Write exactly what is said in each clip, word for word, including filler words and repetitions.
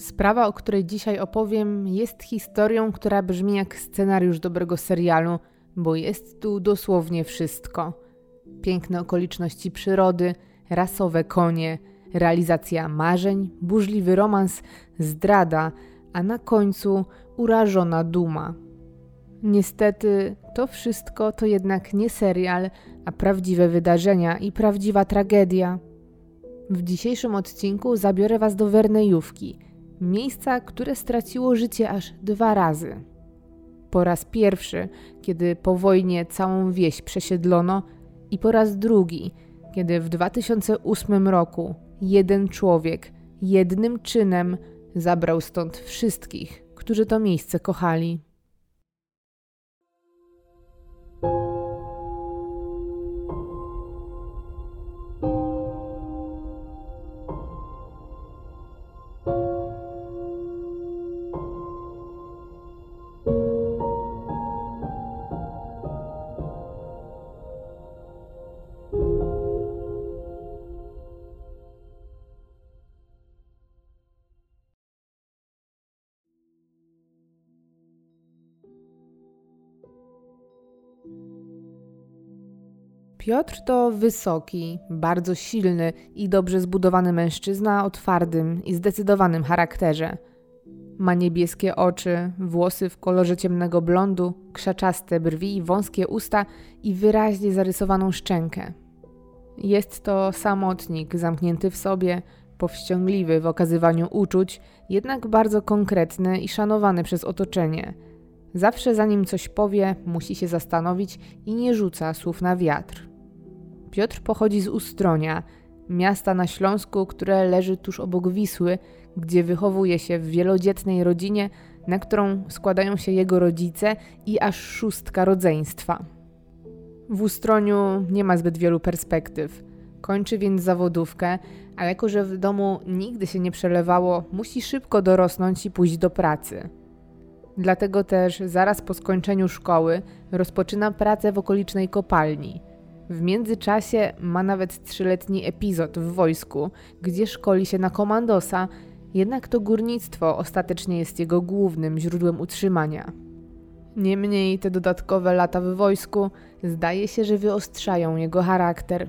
Sprawa, o której dzisiaj opowiem, jest historią, która brzmi jak scenariusz dobrego serialu, bo jest tu dosłownie wszystko. Piękne okoliczności przyrody, rasowe konie, realizacja marzeń, burzliwy romans, zdrada, a na końcu urażona duma. Niestety to wszystko to jednak nie serial, a prawdziwe wydarzenia i prawdziwa tragedia. W dzisiejszym odcinku zabiorę Was do Wernejówki, miejsca, które straciło życie aż dwa razy. Po raz pierwszy, kiedy po wojnie całą wieś przesiedlono, i po raz drugi, kiedy w dwa tysiące ósmym roku jeden człowiek jednym czynem zabrał stąd wszystkich, którzy to miejsce kochali. Piotr to wysoki, bardzo silny i dobrze zbudowany mężczyzna o twardym i zdecydowanym charakterze. Ma niebieskie oczy, włosy w kolorze ciemnego blondu, krzaczaste brwi, wąskie usta i wyraźnie zarysowaną szczękę. Jest to samotnik zamknięty w sobie, powściągliwy w okazywaniu uczuć, jednak bardzo konkretny i szanowany przez otoczenie. Zawsze zanim coś powie, musi się zastanowić i nie rzuca słów na wiatr. Piotr pochodzi z Ustronia, miasta na Śląsku, które leży tuż obok Wisły, gdzie wychowuje się w wielodzietnej rodzinie, na którą składają się jego rodzice i aż szóstka rodzeństwa. W Ustroniu nie ma zbyt wielu perspektyw. Kończy więc zawodówkę, a jako że w domu nigdy się nie przelewało, musi szybko dorosnąć i pójść do pracy. Dlatego też zaraz po skończeniu szkoły rozpoczyna pracę w okolicznej kopalni. W międzyczasie ma nawet trzyletni epizod w wojsku, gdzie szkoli się na komandosa, jednak to górnictwo ostatecznie jest jego głównym źródłem utrzymania. Niemniej te dodatkowe lata w wojsku zdaje się, że wyostrzają jego charakter.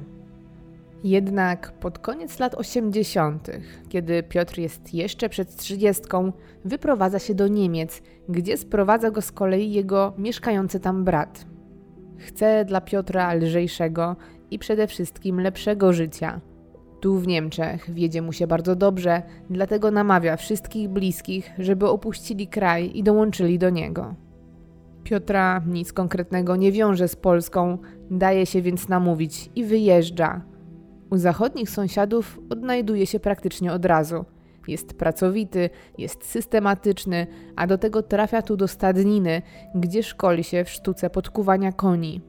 Jednak pod koniec lat osiemdziesiątych, kiedy Piotr jest jeszcze przed trzydziestką, wyprowadza się do Niemiec, gdzie sprowadza go z kolei jego mieszkający tam brat. Chce dla Piotra lżejszego i przede wszystkim lepszego życia. Tu w Niemczech wiedzie mu się bardzo dobrze, dlatego namawia wszystkich bliskich, żeby opuścili kraj i dołączyli do niego. Piotra nic konkretnego nie wiąże z Polską, daje się więc namówić i wyjeżdża. U zachodnich sąsiadów odnajduje się praktycznie od razu. Jest pracowity, jest systematyczny, a do tego trafia tu do stadniny, gdzie szkoli się w sztuce podkuwania koni.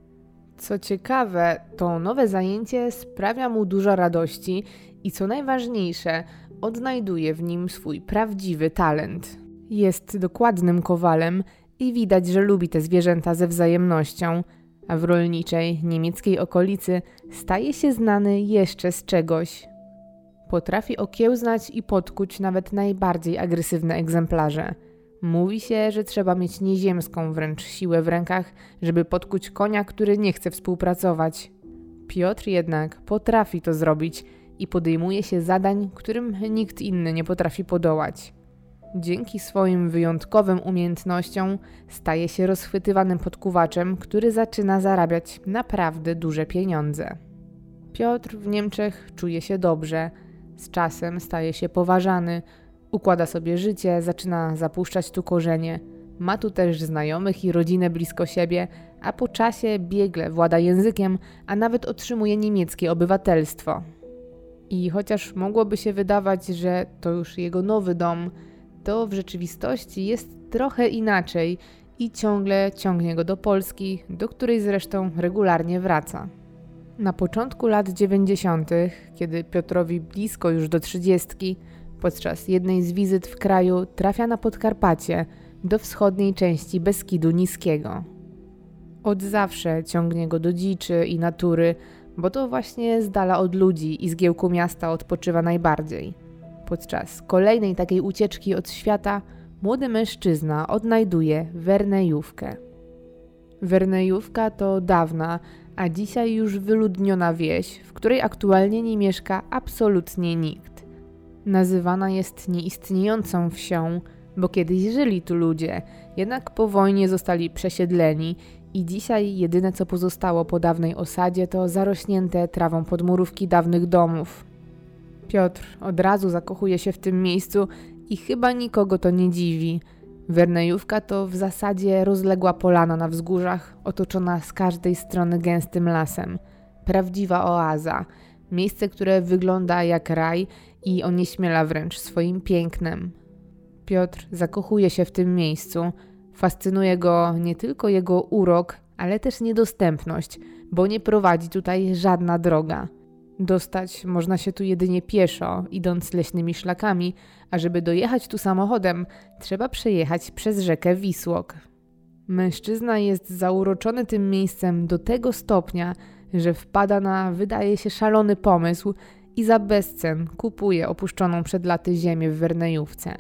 Co ciekawe, to nowe zajęcie sprawia mu dużo radości i co najważniejsze, odnajduje w nim swój prawdziwy talent. Jest dokładnym kowalem i widać, że lubi te zwierzęta ze wzajemnością, a w rolniczej, niemieckiej okolicy staje się znany jeszcze z czegoś. Potrafi okiełznać i podkuć nawet najbardziej agresywne egzemplarze. Mówi się, że trzeba mieć nieziemską wręcz siłę w rękach, żeby podkuć konia, który nie chce współpracować. Piotr jednak potrafi to zrobić i podejmuje się zadań, którym nikt inny nie potrafi podołać. Dzięki swoim wyjątkowym umiejętnościom staje się rozchwytywanym podkuwaczem, który zaczyna zarabiać naprawdę duże pieniądze. Piotr w Niemczech czuje się dobrze, z czasem staje się poważany, układa sobie życie, zaczyna zapuszczać tu korzenie. Ma tu też znajomych i rodzinę blisko siebie, a po czasie biegle włada językiem, a nawet otrzymuje niemieckie obywatelstwo. I chociaż mogłoby się wydawać, że to już jego nowy dom, to w rzeczywistości jest trochę inaczej i ciągle ciągnie go do Polski, do której zresztą regularnie wraca. Na początku lat dziewięćdziesiątych, kiedy Piotrowi blisko już do trzydziestki, podczas jednej z wizyt w kraju trafia na Podkarpacie, do wschodniej części Beskidu Niskiego. Od zawsze ciągnie go do dziczy i natury, bo to właśnie z dala od ludzi i zgiełku miasta odpoczywa najbardziej. Podczas kolejnej takiej ucieczki od świata młody mężczyzna odnajduje Wernejówkę. Wernejówka to dawna, a dzisiaj już wyludniona wieś, w której aktualnie nie mieszka absolutnie nikt. Nazywana jest nieistniejącą wsią, bo kiedyś żyli tu ludzie, jednak po wojnie zostali przesiedleni i dzisiaj jedyne co pozostało po dawnej osadzie to zarośnięte trawą podmurówki dawnych domów. Piotr od razu zakochuje się w tym miejscu i chyba nikogo to nie dziwi. Wernejówka to w zasadzie rozległa polana na wzgórzach, otoczona z każdej strony gęstym lasem. Prawdziwa oaza, miejsce, które wygląda jak raj i onieśmiela wręcz swoim pięknem. Piotr zakochuje się w tym miejscu. Fascynuje go nie tylko jego urok, ale też niedostępność, bo nie prowadzi tutaj żadna droga. Dostać można się tu jedynie pieszo, idąc leśnymi szlakami, a żeby dojechać tu samochodem, trzeba przejechać przez rzekę Wisłok. Mężczyzna jest zauroczony tym miejscem do tego stopnia, że wpada na, wydaje się, szalony pomysł i za bezcen kupuje opuszczoną przed laty ziemię w Wernejówce.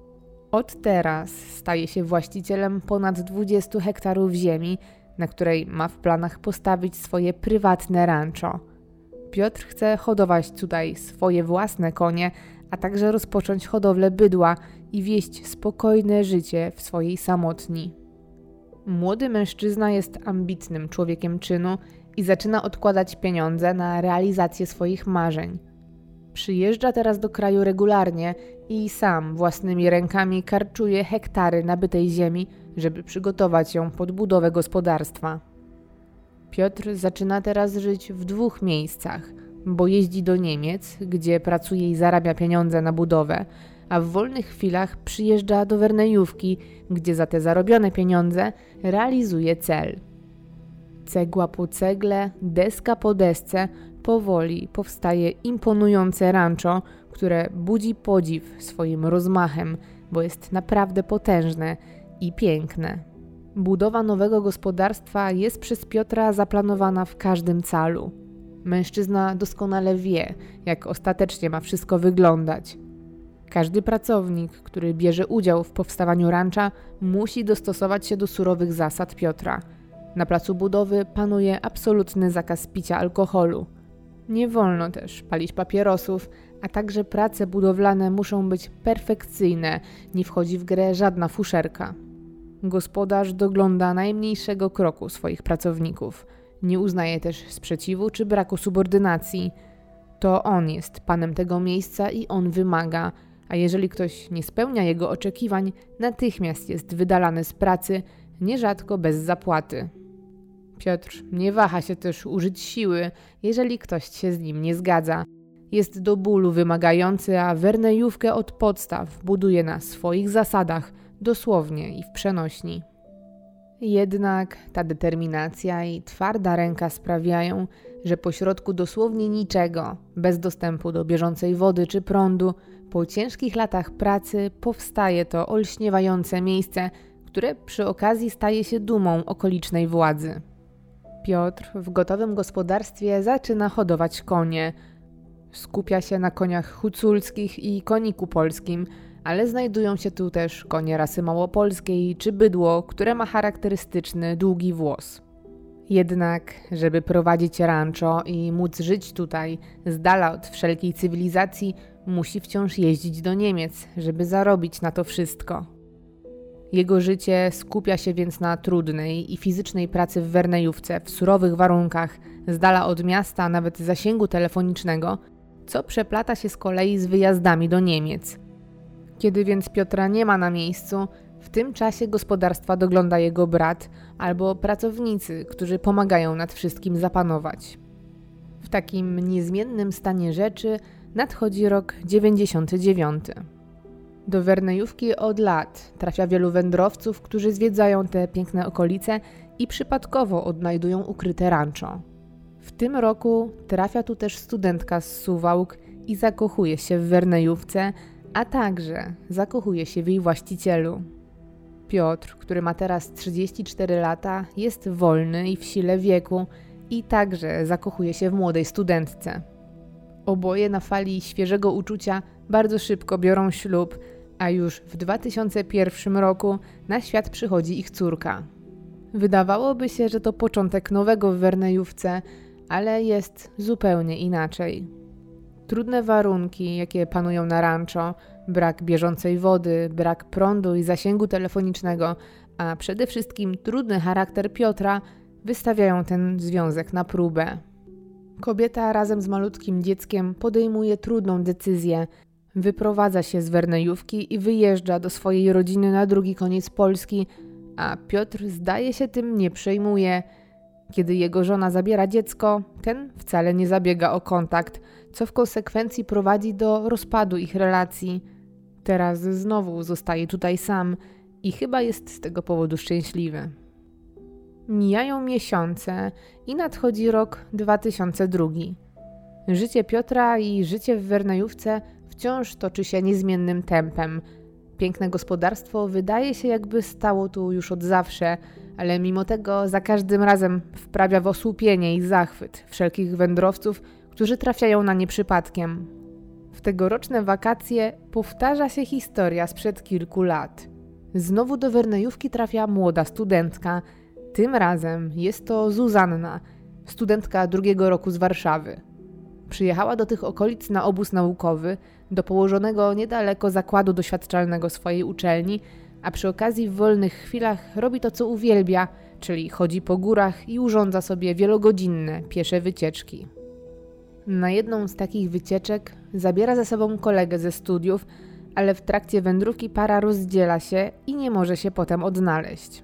Od teraz staje się właścicielem ponad dwudziestu hektarów ziemi, na której ma w planach postawić swoje prywatne rancho. Piotr chce hodować tutaj swoje własne konie, a także rozpocząć hodowlę bydła i wieść spokojne życie w swojej samotni. Młody mężczyzna jest ambitnym człowiekiem czynu i zaczyna odkładać pieniądze na realizację swoich marzeń. Przyjeżdża teraz do kraju regularnie i sam własnymi rękami karczuje hektary nabytej ziemi, żeby przygotować ją pod budowę gospodarstwa. Piotr zaczyna teraz żyć w dwóch miejscach, bo jeździ do Niemiec, gdzie pracuje i zarabia pieniądze na budowę, a w wolnych chwilach przyjeżdża do Wernejówki, gdzie za te zarobione pieniądze realizuje cel. Cegła po cegle, deska po desce, powoli powstaje imponujące rancho, które budzi podziw swoim rozmachem, bo jest naprawdę potężne i piękne. Budowa nowego gospodarstwa jest przez Piotra zaplanowana w każdym calu. Mężczyzna doskonale wie, jak ostatecznie ma wszystko wyglądać. Każdy pracownik, który bierze udział w powstawaniu rancha, musi dostosować się do surowych zasad Piotra. Na placu budowy panuje absolutny zakaz picia alkoholu. Nie wolno też palić papierosów, a także prace budowlane muszą być perfekcyjne, nie wchodzi w grę żadna fuszerka. Gospodarz dogląda najmniejszego kroku swoich pracowników. Nie uznaje też sprzeciwu czy braku subordynacji. To on jest panem tego miejsca i on wymaga, a jeżeli ktoś nie spełnia jego oczekiwań, natychmiast jest wydalany z pracy, nierzadko bez zapłaty. Piotr nie waha się też użyć siły, jeżeli ktoś się z nim nie zgadza. Jest do bólu wymagający, a Wernejówkę od podstaw buduje na swoich zasadach, dosłownie i w przenośni. Jednak ta determinacja i twarda ręka sprawiają, że pośrodku dosłownie niczego, bez dostępu do bieżącej wody czy prądu, po ciężkich latach pracy powstaje to olśniewające miejsce, które przy okazji staje się dumą okolicznej władzy. Piotr w gotowym gospodarstwie zaczyna hodować konie. Skupia się na koniach huculskich i koniku polskim, ale znajdują się tu też konie rasy małopolskiej czy bydło, które ma charakterystyczny długi włos. Jednak, żeby prowadzić rancho i móc żyć tutaj, z dala od wszelkiej cywilizacji, musi wciąż jeździć do Niemiec, żeby zarobić na to wszystko. Jego życie skupia się więc na trudnej i fizycznej pracy w Wernejówce, w surowych warunkach, z dala od miasta, nawet zasięgu telefonicznego, co przeplata się z kolei z wyjazdami do Niemiec. Kiedy więc Piotra nie ma na miejscu, w tym czasie gospodarstwa dogląda jego brat albo pracownicy, którzy pomagają nad wszystkim zapanować. W takim niezmiennym stanie rzeczy nadchodzi rok dziewięćdziesiąty dziewiąty. Do Wernejówki od lat trafia wielu wędrowców, którzy zwiedzają te piękne okolice i przypadkowo odnajdują ukryte rancho. W tym roku trafia tu też studentka z Suwałk i zakochuje się w Wernejówce, a także zakochuje się w jej właścicielu. Piotr, który ma teraz trzydzieści cztery lata, jest wolny i w sile wieku i także zakochuje się w młodej studentce. Oboje na fali świeżego uczucia bardzo szybko biorą ślub, a już w dwa tysiące pierwszym roku na świat przychodzi ich córka. Wydawałoby się, że to początek nowego w Wernejówce, ale jest zupełnie inaczej. Trudne warunki, jakie panują na rancho, brak bieżącej wody, brak prądu i zasięgu telefonicznego, a przede wszystkim trudny charakter Piotra wystawiają ten związek na próbę. Kobieta razem z malutkim dzieckiem podejmuje trudną decyzję. Wyprowadza się z Wernejówki i wyjeżdża do swojej rodziny na drugi koniec Polski, a Piotr zdaje się tym nie przejmuje. Kiedy jego żona zabiera dziecko, ten wcale nie zabiega o kontakt, co w konsekwencji prowadzi do rozpadu ich relacji. Teraz znowu zostaje tutaj sam i chyba jest z tego powodu szczęśliwy. Mijają miesiące i nadchodzi rok dwa tysiące drugi. Życie Piotra i życie w Wernejówce wciąż toczy się niezmiennym tempem. Piękne gospodarstwo wydaje się, jakby stało tu już od zawsze, ale mimo tego za każdym razem wprawia w osłupienie i zachwyt wszelkich wędrowców, którzy trafiają na nie przypadkiem. W tegoroczne wakacje powtarza się historia sprzed kilku lat. Znowu do Wernejówki trafia młoda studentka. Tym razem jest to Zuzanna, studentka drugiego roku z Warszawy. Przyjechała do tych okolic na obóz naukowy, do położonego niedaleko zakładu doświadczalnego swojej uczelni, a przy okazji w wolnych chwilach robi to, co uwielbia, czyli chodzi po górach i urządza sobie wielogodzinne piesze wycieczki. Na jedną z takich wycieczek zabiera ze sobą kolegę ze studiów, ale w trakcie wędrówki para rozdziela się i nie może się potem odnaleźć.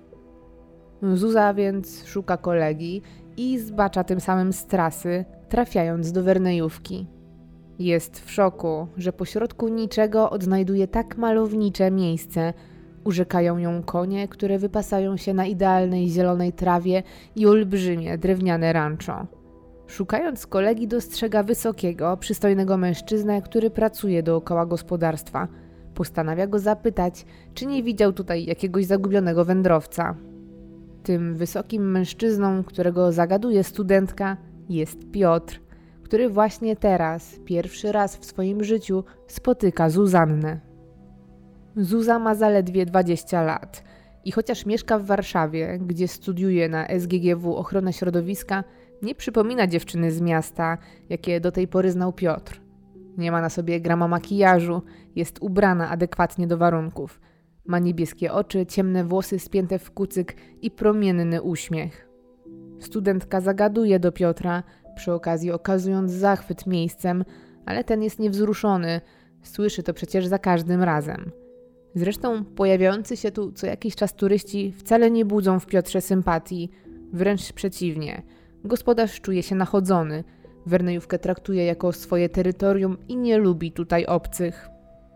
Zuza więc szuka kolegi i zbacza tym samym z trasy, trafiając do Wernejówki. Jest w szoku, że pośrodku niczego odnajduje tak malownicze miejsce. Urzekają ją konie, które wypasają się na idealnej zielonej trawie i olbrzymie drewniane rancho. Szukając kolegi dostrzega wysokiego, przystojnego mężczyznę, który pracuje dookoła gospodarstwa. Postanawia go zapytać, czy nie widział tutaj jakiegoś zagubionego wędrowca. Tym wysokim mężczyzną, którego zagaduje studentka, jest Piotr, który właśnie teraz, pierwszy raz w swoim życiu, spotyka Zuzannę. Zuza ma zaledwie dwadzieścia lat i chociaż mieszka w Warszawie, gdzie studiuje na S G G W ochronę środowiska, nie przypomina dziewczyny z miasta, jakie do tej pory znał Piotr. Nie ma na sobie grama makijażu, jest ubrana adekwatnie do warunków. Ma niebieskie oczy, ciemne włosy spięte w kucyk i promienny uśmiech. Studentka zagaduje do Piotra, przy okazji okazując zachwyt miejscem, ale ten jest niewzruszony, słyszy to przecież za każdym razem. Zresztą pojawiający się tu co jakiś czas turyści wcale nie budzą w Piotrze sympatii, wręcz przeciwnie. Gospodarz czuje się nachodzony, Wernejówkę traktuje jako swoje terytorium i nie lubi tutaj obcych.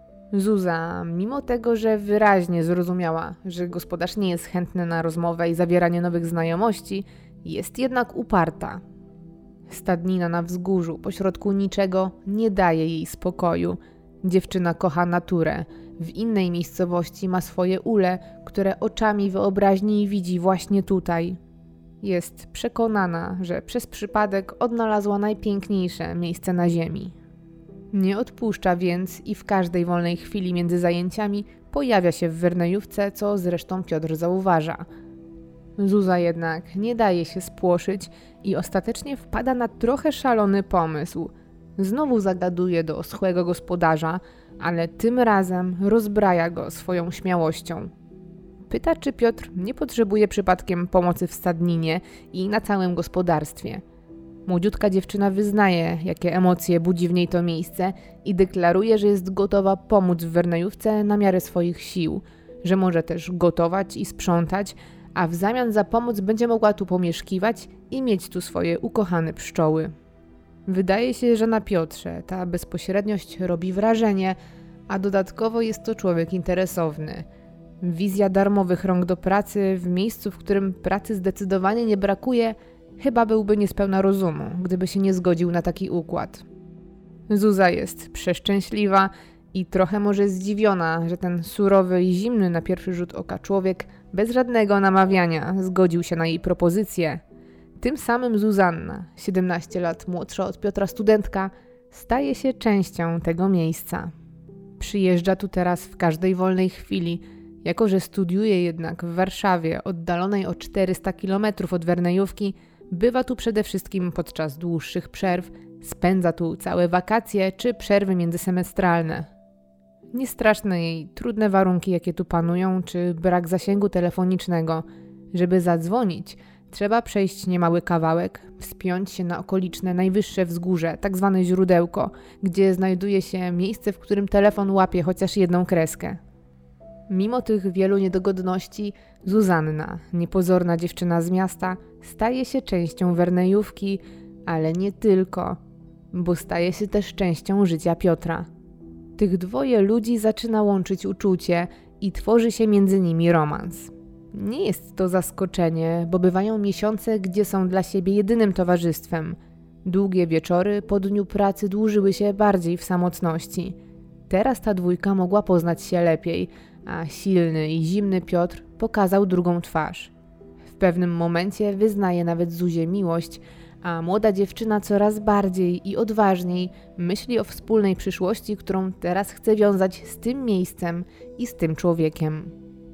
Zuza, mimo tego, że wyraźnie zrozumiała, że gospodarz nie jest chętny na rozmowę i zawieranie nowych znajomości, jest jednak uparta. Stadnina na wzgórzu, pośrodku niczego, nie daje jej spokoju. Dziewczyna kocha naturę. W innej miejscowości ma swoje ule, które oczami wyobraźni widzi właśnie tutaj. Jest przekonana, że przez przypadek odnalazła najpiękniejsze miejsce na ziemi. Nie odpuszcza więc i w każdej wolnej chwili między zajęciami pojawia się w Wernejówce, co zresztą Piotr zauważa. Zuza jednak nie daje się spłoszyć i ostatecznie wpada na trochę szalony pomysł. Znowu zagaduje do oschłego gospodarza, ale tym razem rozbraja go swoją śmiałością. Pyta, czy Piotr nie potrzebuje przypadkiem pomocy w stadninie i na całym gospodarstwie. Młodziutka dziewczyna wyznaje, jakie emocje budzi w niej to miejsce i deklaruje, że jest gotowa pomóc w Wernejówce na miarę swoich sił, że może też gotować i sprzątać, a w zamian za pomoc będzie mogła tu pomieszkiwać i mieć tu swoje ukochane pszczoły. Wydaje się, że na Piotrze ta bezpośredniość robi wrażenie, a dodatkowo jest to człowiek interesowny. Wizja darmowych rąk do pracy w miejscu, w którym pracy zdecydowanie nie brakuje, chyba byłby niespełna rozumu, gdyby się nie zgodził na taki układ. Zuza jest przeszczęśliwa i trochę może zdziwiona, że ten surowy i zimny na pierwszy rzut oka człowiek bez żadnego namawiania zgodził się na jej propozycję. Tym samym Zuzanna, siedemnaście lat młodsza od Piotra studentka, staje się częścią tego miejsca. Przyjeżdża tu teraz w każdej wolnej chwili, jako że studiuje jednak w Warszawie, oddalonej o czterysta kilometrów od Wernejówki, bywa tu przede wszystkim podczas dłuższych przerw, spędza tu całe wakacje czy przerwy międzysemestralne. Niestraszne jej trudne warunki, jakie tu panują, czy brak zasięgu telefonicznego. Żeby zadzwonić, trzeba przejść niemały kawałek, wspiąć się na okoliczne najwyższe wzgórze, tak zwane źródełko, gdzie znajduje się miejsce, w którym telefon łapie chociaż jedną kreskę. Mimo tych wielu niedogodności, Zuzanna, niepozorna dziewczyna z miasta, staje się częścią Wernejówki, ale nie tylko, bo staje się też częścią życia Piotra. Tych dwoje ludzi zaczyna łączyć uczucie i tworzy się między nimi romans. Nie jest to zaskoczenie, bo bywają miesiące, gdzie są dla siebie jedynym towarzystwem. Długie wieczory po dniu pracy dłużyły się bardziej w samotności. Teraz ta dwójka mogła poznać się lepiej, a silny i zimny Piotr pokazał drugą twarz. W pewnym momencie wyznaje nawet Zuzie miłość, a młoda dziewczyna coraz bardziej i odważniej myśli o wspólnej przyszłości, którą teraz chce wiązać z tym miejscem i z tym człowiekiem.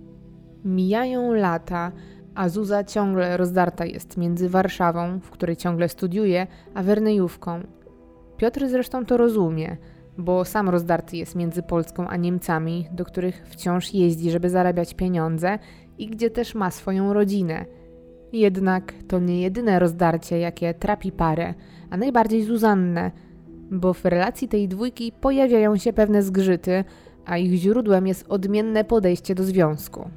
Mijają lata, a Zuza ciągle rozdarta jest między Warszawą, w której ciągle studiuje, a Wernejówką. Piotr zresztą to rozumie, bo sam rozdarty jest między Polską a Niemcami, do których wciąż jeździ, żeby zarabiać pieniądze i gdzie też ma swoją rodzinę. Jednak to nie jedyne rozdarcie, jakie trapi parę, a najbardziej Zuzannę, bo w relacji tej dwójki pojawiają się pewne zgrzyty, a ich źródłem jest odmienne podejście do związku.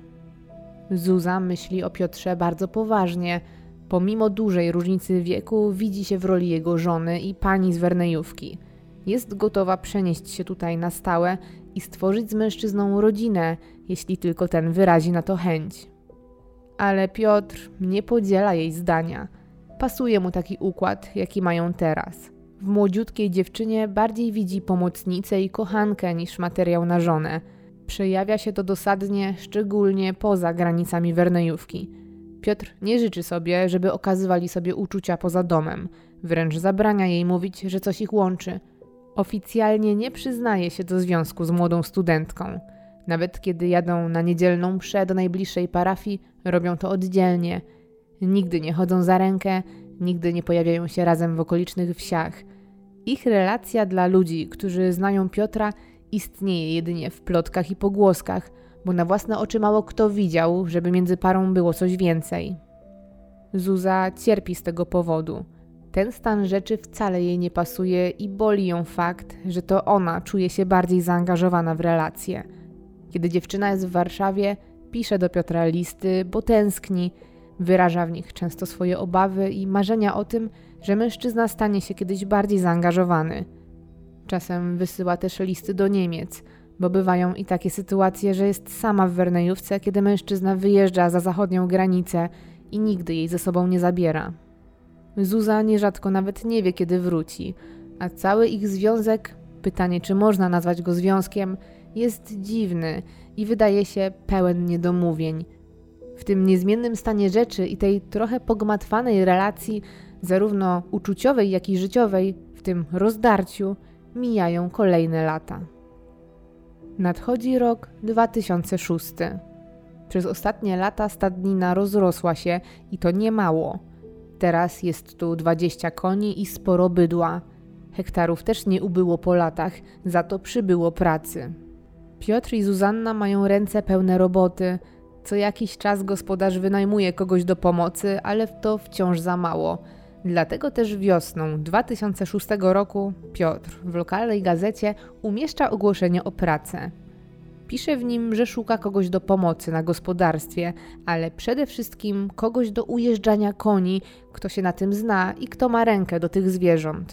Zuza myśli o Piotrze bardzo poważnie. Pomimo dużej różnicy wieku widzi się w roli jego żony i pani z Wernejówki. Jest gotowa przenieść się tutaj na stałe i stworzyć z mężczyzną rodzinę, jeśli tylko ten wyrazi na to chęć. Ale Piotr nie podziela jej zdania. Pasuje mu taki układ, jaki mają teraz. W młodziutkiej dziewczynie bardziej widzi pomocnicę i kochankę niż materiał na żonę. Przejawia się to dosadnie, szczególnie poza granicami Wernejówki. Piotr nie życzy sobie, żeby okazywali sobie uczucia poza domem. Wręcz zabrania jej mówić, że coś ich łączy. Oficjalnie nie przyznaje się do związku z młodą studentką. Nawet kiedy jadą na niedzielną mszę do najbliższej parafii, robią to oddzielnie. Nigdy nie chodzą za rękę, nigdy nie pojawiają się razem w okolicznych wsiach. Ich relacja dla ludzi, którzy znają Piotra, istnieje jedynie w plotkach i pogłoskach, bo na własne oczy mało kto widział, żeby między parą było coś więcej. Zuza cierpi z tego powodu. Ten stan rzeczy wcale jej nie pasuje i boli ją fakt, że to ona czuje się bardziej zaangażowana w relacje. Kiedy dziewczyna jest w Warszawie, pisze do Piotra listy, bo tęskni, wyraża w nich często swoje obawy i marzenia o tym, że mężczyzna stanie się kiedyś bardziej zaangażowany. Czasem wysyła też listy do Niemiec, bo bywają i takie sytuacje, że jest sama w Wernejówce, kiedy mężczyzna wyjeżdża za zachodnią granicę i nigdy jej ze sobą nie zabiera. Zuza nierzadko nawet nie wie, kiedy wróci, a cały ich związek, pytanie czy można nazwać go związkiem, jest dziwny i wydaje się pełen niedomówień. W tym niezmiennym stanie rzeczy i tej trochę pogmatwanej relacji, zarówno uczuciowej, jak i życiowej, w tym rozdarciu, mijają kolejne lata. Nadchodzi rok dwa tysiące szósty. Przez ostatnie lata stadnina rozrosła się i to nie mało. Teraz jest tu dwadzieścia koni i sporo bydła. Hektarów też nie ubyło po latach, za to przybyło pracy. Piotr i Zuzanna mają ręce pełne roboty. Co jakiś czas gospodarz wynajmuje kogoś do pomocy, ale to wciąż za mało. Dlatego też wiosną dwa tysiące szóstego roku Piotr w lokalnej gazecie umieszcza ogłoszenie o pracę. Pisze w nim, że szuka kogoś do pomocy na gospodarstwie, ale przede wszystkim kogoś do ujeżdżania koni, kto się na tym zna i kto ma rękę do tych zwierząt.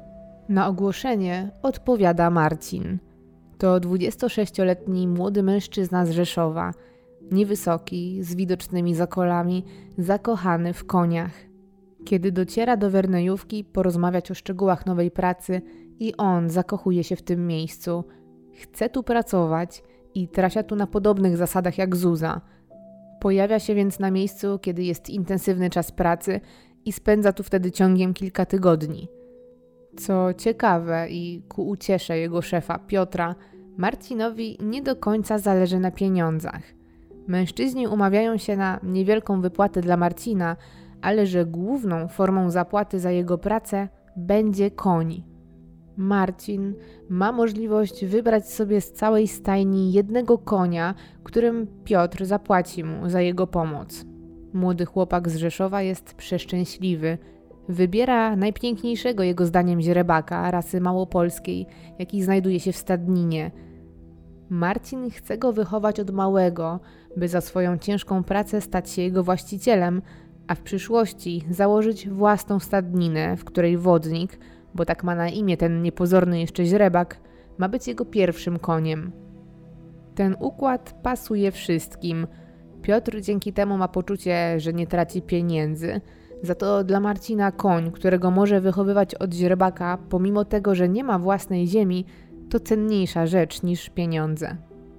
Na ogłoszenie odpowiada Marcin. To dwudziestosześcioletni młody mężczyzna z Rzeszowa, niewysoki, z widocznymi zakolami, zakochany w koniach. Kiedy dociera do Wernejówki porozmawiać o szczegółach nowej pracy i on zakochuje się w tym miejscu. Chce tu pracować i trafia tu na podobnych zasadach jak Zuza. Pojawia się więc na miejscu, kiedy jest intensywny czas pracy i spędza tu wtedy ciągiem kilka tygodni. Co ciekawe i ku uciesze jego szefa Piotra, Marcinowi nie do końca zależy na pieniądzach. Mężczyźni umawiają się na niewielką wypłatę dla Marcina, ale że główną formą zapłaty za jego pracę będzie koń. Marcin ma możliwość wybrać sobie z całej stajni jednego konia, którym Piotr zapłaci mu za jego pomoc. Młody chłopak z Rzeszowa jest przeszczęśliwy. Wybiera najpiękniejszego jego zdaniem źrebaka rasy małopolskiej, jaki znajduje się w stadninie. Marcin chce go wychować od małego, by za swoją ciężką pracę stać się jego właścicielem, a w przyszłości założyć własną stadninę, w której wodnik, bo tak ma na imię ten niepozorny jeszcze źrebak, ma być jego pierwszym koniem. Ten układ pasuje wszystkim. Piotr dzięki temu ma poczucie, że nie traci pieniędzy. Za to dla Marcina koń, którego może wychowywać od źrebaka, pomimo tego, że nie ma własnej ziemi, to cenniejsza rzecz niż pieniądze.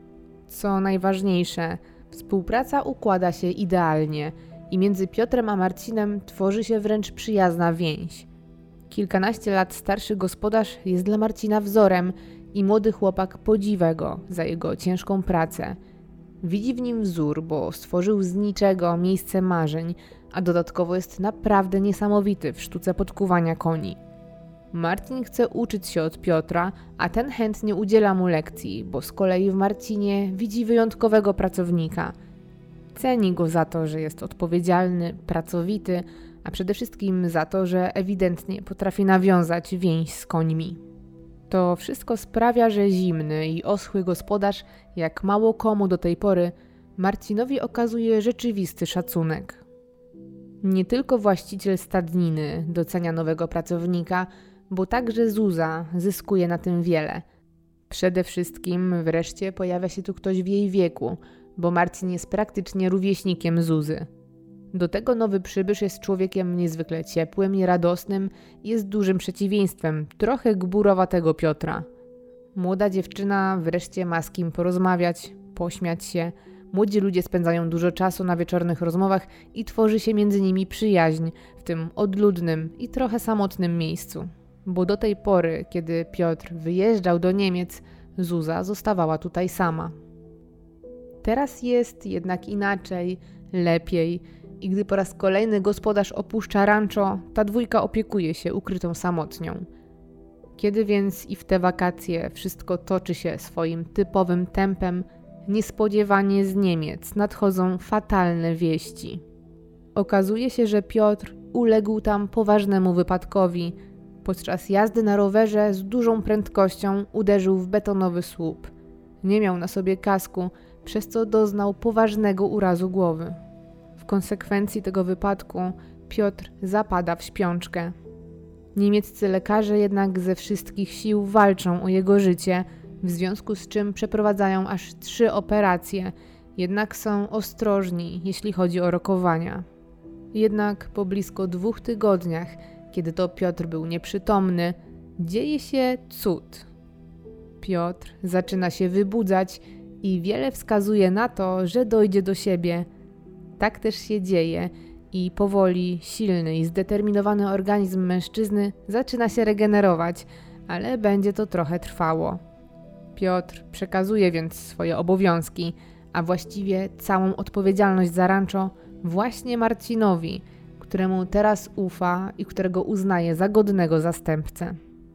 Co najważniejsze, współpraca układa się idealnie i między Piotrem a Marcinem tworzy się wręcz przyjazna więź. Kilkanaście lat starszy gospodarz jest dla Marcina wzorem i młody chłopak podziwia go za jego ciężką pracę. Widzi w nim wzór, bo stworzył z niczego miejsce marzeń, a dodatkowo jest naprawdę niesamowity w sztuce podkuwania koni. Marcin chce uczyć się od Piotra, a ten chętnie udziela mu lekcji, bo z kolei w Marcinie widzi wyjątkowego pracownika. Ceni go za to, że jest odpowiedzialny, pracowity, a przede wszystkim za to, że ewidentnie potrafi nawiązać więź z końmi. To wszystko sprawia, że zimny i oschły gospodarz, jak mało komu do tej pory, Marcinowi okazuje rzeczywisty szacunek. Nie tylko właściciel stadniny docenia nowego pracownika, bo także Zuza zyskuje na tym wiele. Przede wszystkim wreszcie pojawia się tu ktoś w jej wieku, bo Marcin jest praktycznie rówieśnikiem Zuzy. Do tego nowy przybysz jest człowiekiem niezwykle ciepłym i radosnym i jest dużym przeciwieństwem trochę gburowatego Piotra. Młoda dziewczyna wreszcie ma z kim porozmawiać, pośmiać się. Młodzi ludzie spędzają dużo czasu na wieczornych rozmowach i tworzy się między nimi przyjaźń w tym odludnym i trochę samotnym miejscu. Bo do tej pory, kiedy Piotr wyjeżdżał do Niemiec, Zuza zostawała tutaj sama. Teraz jest jednak inaczej, lepiej i gdy po raz kolejny gospodarz opuszcza rancho, ta dwójka opiekuje się ukrytą samotnią. Kiedy więc i w te wakacje wszystko toczy się swoim typowym tempem, niespodziewanie z Niemiec nadchodzą fatalne wieści. Okazuje się, że Piotr uległ tam poważnemu wypadkowi. Podczas jazdy na rowerze z dużą prędkością uderzył w betonowy słup. Nie miał na sobie kasku, przez co doznał poważnego urazu głowy. W konsekwencji tego wypadku Piotr zapada w śpiączkę. Niemieccy lekarze jednak ze wszystkich sił walczą o jego życie, w związku z czym przeprowadzają aż trzy operacje, jednak są ostrożni, jeśli chodzi o rokowania. Jednak po blisko dwóch tygodniach, kiedy to Piotr był nieprzytomny, dzieje się cud. Piotr zaczyna się wybudzać i wiele wskazuje na to, że dojdzie do siebie. Tak też się dzieje i powoli silny i zdeterminowany organizm mężczyzny zaczyna się regenerować, ale będzie to trochę trwało. Piotr przekazuje więc swoje obowiązki, a właściwie całą odpowiedzialność za rancho właśnie Marcinowi, któremu teraz ufa i którego uznaje za godnego zastępcę.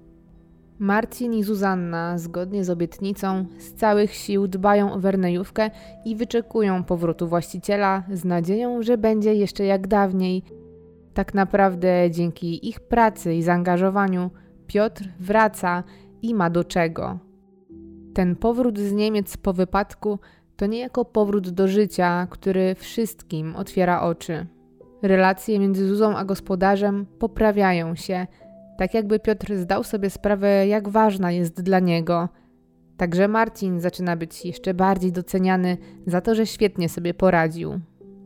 Marcin i Zuzanna, zgodnie z obietnicą, z całych sił dbają o Wernejówkę i wyczekują powrotu właściciela z nadzieją, że będzie jeszcze jak dawniej. Tak naprawdę dzięki ich pracy i zaangażowaniu Piotr wraca i ma do czego. Ten powrót z Niemiec po wypadku to niejako powrót do życia, który wszystkim otwiera oczy. Relacje między Zuzą a gospodarzem poprawiają się, tak jakby Piotr zdał sobie sprawę, jak ważna jest dla niego. Także Marcin zaczyna być jeszcze bardziej doceniany za to, że świetnie sobie poradził.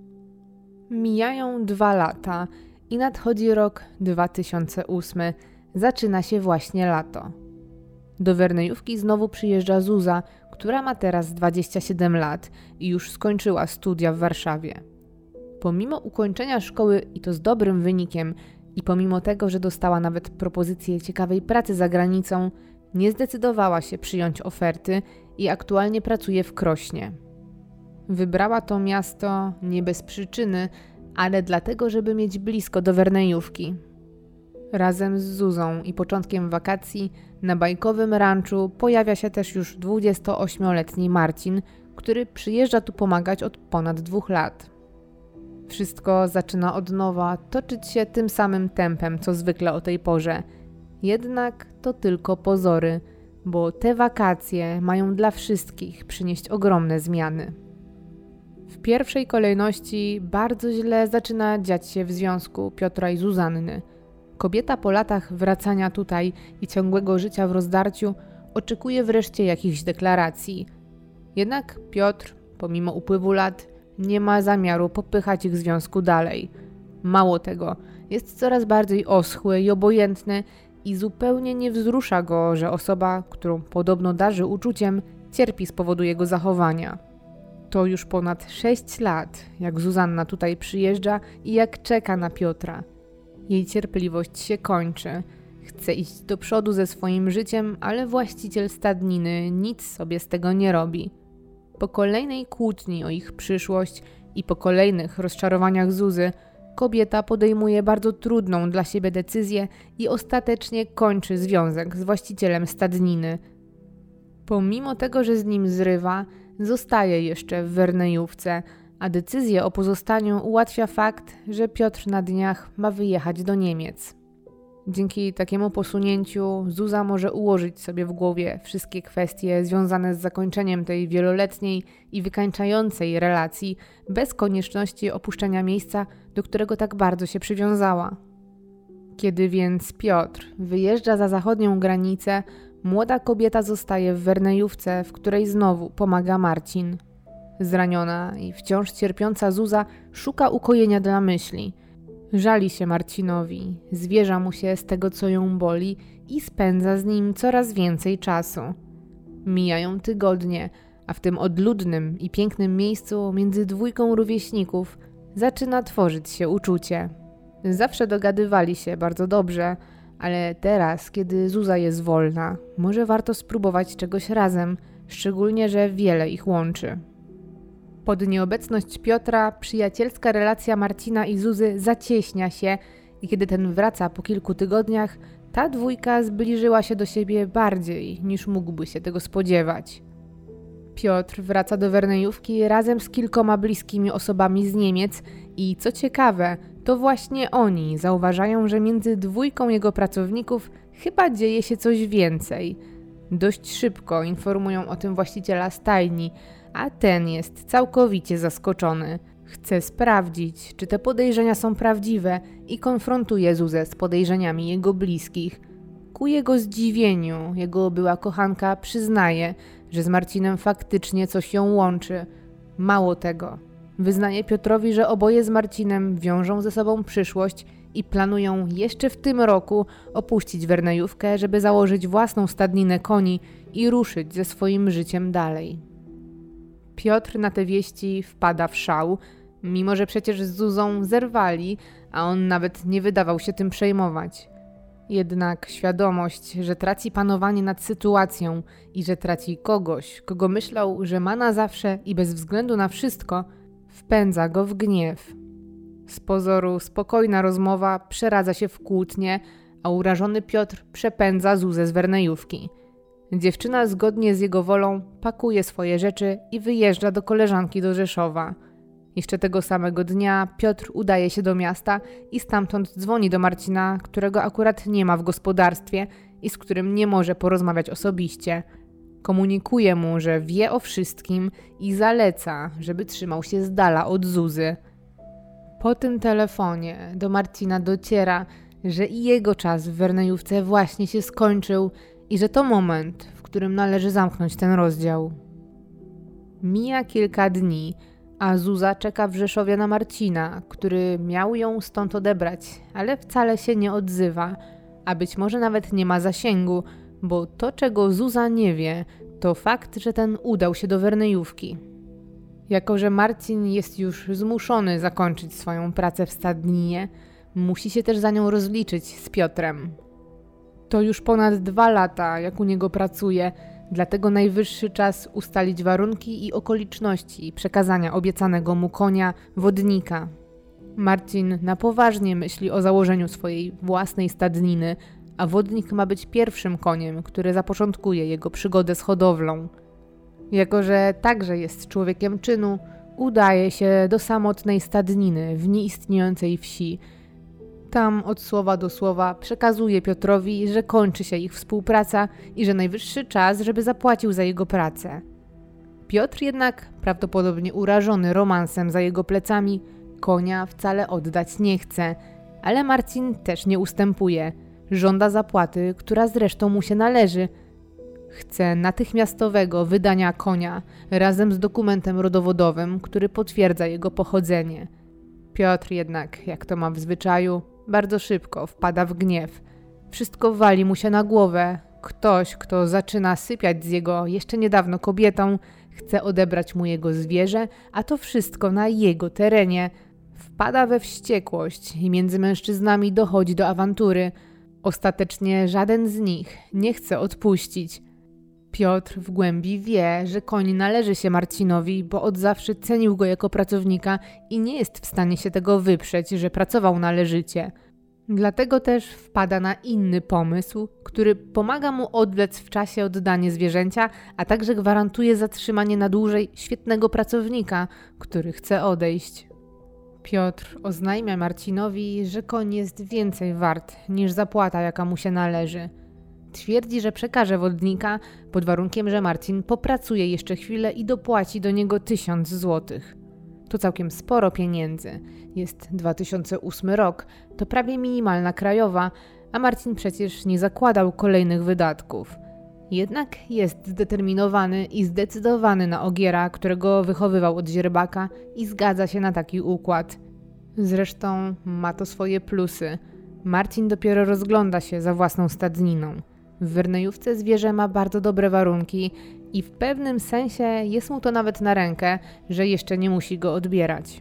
Mijają dwa lata i nadchodzi rok dwa tysiące ósmy. Zaczyna się właśnie lato. Do Wernejówki znowu przyjeżdża Zuza, która ma teraz dwadzieścia siedem lat i już skończyła studia w Warszawie. Pomimo ukończenia szkoły i to z dobrym wynikiem, I pomimo tego, że dostała nawet propozycję ciekawej pracy za granicą, nie zdecydowała się przyjąć oferty i aktualnie pracuje w Krośnie. Wybrała to miasto nie bez przyczyny, ale dlatego, żeby mieć blisko do Wernejówki. Razem z Zuzą i początkiem wakacji na bajkowym ranczu pojawia się też już dwudziestoośmioletni Marcin, który przyjeżdża tu pomagać od ponad dwóch lat. Wszystko zaczyna od nowa toczyć się tym samym tempem, co zwykle o tej porze. Jednak to tylko pozory, bo te wakacje mają dla wszystkich przynieść ogromne zmiany. W pierwszej kolejności bardzo źle zaczyna dziać się w związku Piotra i Zuzanny. Kobieta po latach wracania tutaj i ciągłego życia w rozdarciu oczekuje wreszcie jakichś deklaracji. Jednak Piotr, pomimo upływu lat, nie ma zamiaru popychać ich związku dalej. Mało tego, jest coraz bardziej oschły i obojętny i zupełnie nie wzrusza go, że osoba, którą podobno darzy uczuciem, cierpi z powodu jego zachowania. To już ponad sześć lat, jak Zuzanna tutaj przyjeżdża i jak czeka na Piotra. Jej cierpliwość się kończy. Chce iść do przodu ze swoim życiem, ale właściciel stadniny nic sobie z tego nie robi. Po kolejnej kłótni o ich przyszłość i po kolejnych rozczarowaniach Zuzy, kobieta podejmuje bardzo trudną dla siebie decyzję i ostatecznie kończy związek z właścicielem stadniny. Pomimo tego, że z nim zrywa, zostaje jeszcze w Wernejówce, a decyzję o pozostaniu ułatwia fakt, że Piotr na dniach ma wyjechać do Niemiec. Dzięki takiemu posunięciu Zuza może ułożyć sobie w głowie wszystkie kwestie związane z zakończeniem tej wieloletniej i wykańczającej relacji bez konieczności opuszczenia miejsca, do którego tak bardzo się przywiązała. Kiedy więc Piotr wyjeżdża za zachodnią granicę, młoda kobieta zostaje w Wernejówce, w której znowu pomaga Marcin. Zraniona i wciąż cierpiąca Zuza szuka ukojenia dla myśli. Żali się Marcinowi, zwierza mu się z tego, co ją boli i spędza z nim coraz więcej czasu. Mijają tygodnie, a w tym odludnym i pięknym miejscu między dwójką rówieśników zaczyna tworzyć się uczucie. Zawsze dogadywali się bardzo dobrze, ale teraz, kiedy Zuza jest wolna, może warto spróbować czegoś razem, szczególnie, że wiele ich łączy. Pod nieobecność Piotra przyjacielska relacja Marcina i Zuzy zacieśnia się i kiedy ten wraca po kilku tygodniach, ta dwójka zbliżyła się do siebie bardziej niż mógłby się tego spodziewać. Piotr wraca do Wernejówki razem z kilkoma bliskimi osobami z Niemiec i co ciekawe, to właśnie oni zauważają, że między dwójką jego pracowników chyba dzieje się coś więcej. Dość szybko informują o tym właściciela stajni, a ten jest całkowicie zaskoczony. Chce sprawdzić, czy te podejrzenia są prawdziwe i konfrontuje Zuzę z podejrzeniami jego bliskich. Ku jego zdziwieniu, jego była kochanka przyznaje, że z Marcinem faktycznie coś ją łączy. Mało tego, wyznaje Piotrowi, że oboje z Marcinem wiążą ze sobą przyszłość i planują jeszcze w tym roku opuścić Wernejówkę, żeby założyć własną stadninę koni i ruszyć ze swoim życiem dalej. Piotr na te wieści wpada w szał, mimo że przecież z Zuzą zerwali, a on nawet nie wydawał się tym przejmować. Jednak świadomość, że traci panowanie nad sytuacją i że traci kogoś, kogo myślał, że ma na zawsze i bez względu na wszystko, wpędza go w gniew. Z pozoru spokojna rozmowa przeradza się w kłótnię, a urażony Piotr przepędza Zuzę z Wernejówki. Dziewczyna zgodnie z jego wolą pakuje swoje rzeczy i wyjeżdża do koleżanki do Rzeszowa. Jeszcze tego samego dnia Piotr udaje się do miasta i stamtąd dzwoni do Marcina, którego akurat nie ma w gospodarstwie i z którym nie może porozmawiać osobiście. Komunikuje mu, że wie o wszystkim i zaleca, żeby trzymał się z dala od Zuzy. Po tym telefonie do Marcina dociera, że i jego czas w Wernejówce właśnie się skończył i że to moment, w którym należy zamknąć ten rozdział. Mija kilka dni, a Zuza czeka w Rzeszowie na Marcina, który miał ją stąd odebrać, ale wcale się nie odzywa, a być może nawet nie ma zasięgu, bo to, czego Zuza nie wie, to fakt, że ten udał się do Wernejówki. Jako że Marcin jest już zmuszony zakończyć swoją pracę w stadninie, Musi się też za nią rozliczyć z Piotrem. To już ponad dwa lata, jak u niego pracuje, dlatego najwyższy czas ustalić warunki i okoliczności przekazania obiecanego mu konia Wodnika. Marcin na poważnie myśli o założeniu swojej własnej stadniny, a Wodnik ma być pierwszym koniem, który zapoczątkuje jego przygodę z hodowlą. Jako że także jest człowiekiem czynu, udaje się do samotnej stadniny w nieistniejącej wsi. Tam od słowa do słowa przekazuje Piotrowi, że kończy się ich współpraca i że najwyższy czas, żeby zapłacił za jego pracę. Piotr jednak, prawdopodobnie urażony romansem za jego plecami, konia wcale oddać nie chce, ale Marcin też nie ustępuje. Żąda zapłaty, która zresztą mu się należy. Chce natychmiastowego wydania konia razem z dokumentem rodowodowym, który potwierdza jego pochodzenie. Piotr jednak, jak to ma w zwyczaju, bardzo szybko wpada w gniew. Wszystko wali mu się na głowę. Ktoś, kto zaczyna sypiać z jego jeszcze niedawno kobietą, chce odebrać mu jego zwierzę, a to wszystko na jego terenie. Wpada we wściekłość i między mężczyznami dochodzi do awantury. Ostatecznie żaden z nich nie chce odpuścić. Piotr w głębi wie, że koń należy się Marcinowi, bo od zawsze cenił go jako pracownika i nie jest w stanie się tego wyprzeć, że pracował należycie. Dlatego też wpada na inny pomysł, który pomaga mu odwlec w czasie oddanie zwierzęcia, a także gwarantuje zatrzymanie na dłużej świetnego pracownika, który chce odejść. Piotr oznajmia Marcinowi, że koń jest więcej wart niż zapłata, jaka mu się należy. Twierdzi, że przekaże Wodnika pod warunkiem, że Marcin popracuje jeszcze chwilę i dopłaci do niego tysiąc złotych. To całkiem sporo pieniędzy. Jest dwa tysiące ósmy rok, to prawie minimalna krajowa, a Marcin przecież nie zakładał kolejnych wydatków. Jednak jest zdeterminowany i zdecydowany na Ogiera, którego wychowywał od źrebaka i zgadza się na taki układ. Zresztą ma to swoje plusy. Marcin dopiero rozgląda się za własną stadniną. W Wernejówce zwierzę ma bardzo dobre warunki i w pewnym sensie jest mu to nawet na rękę, że jeszcze nie musi go odbierać.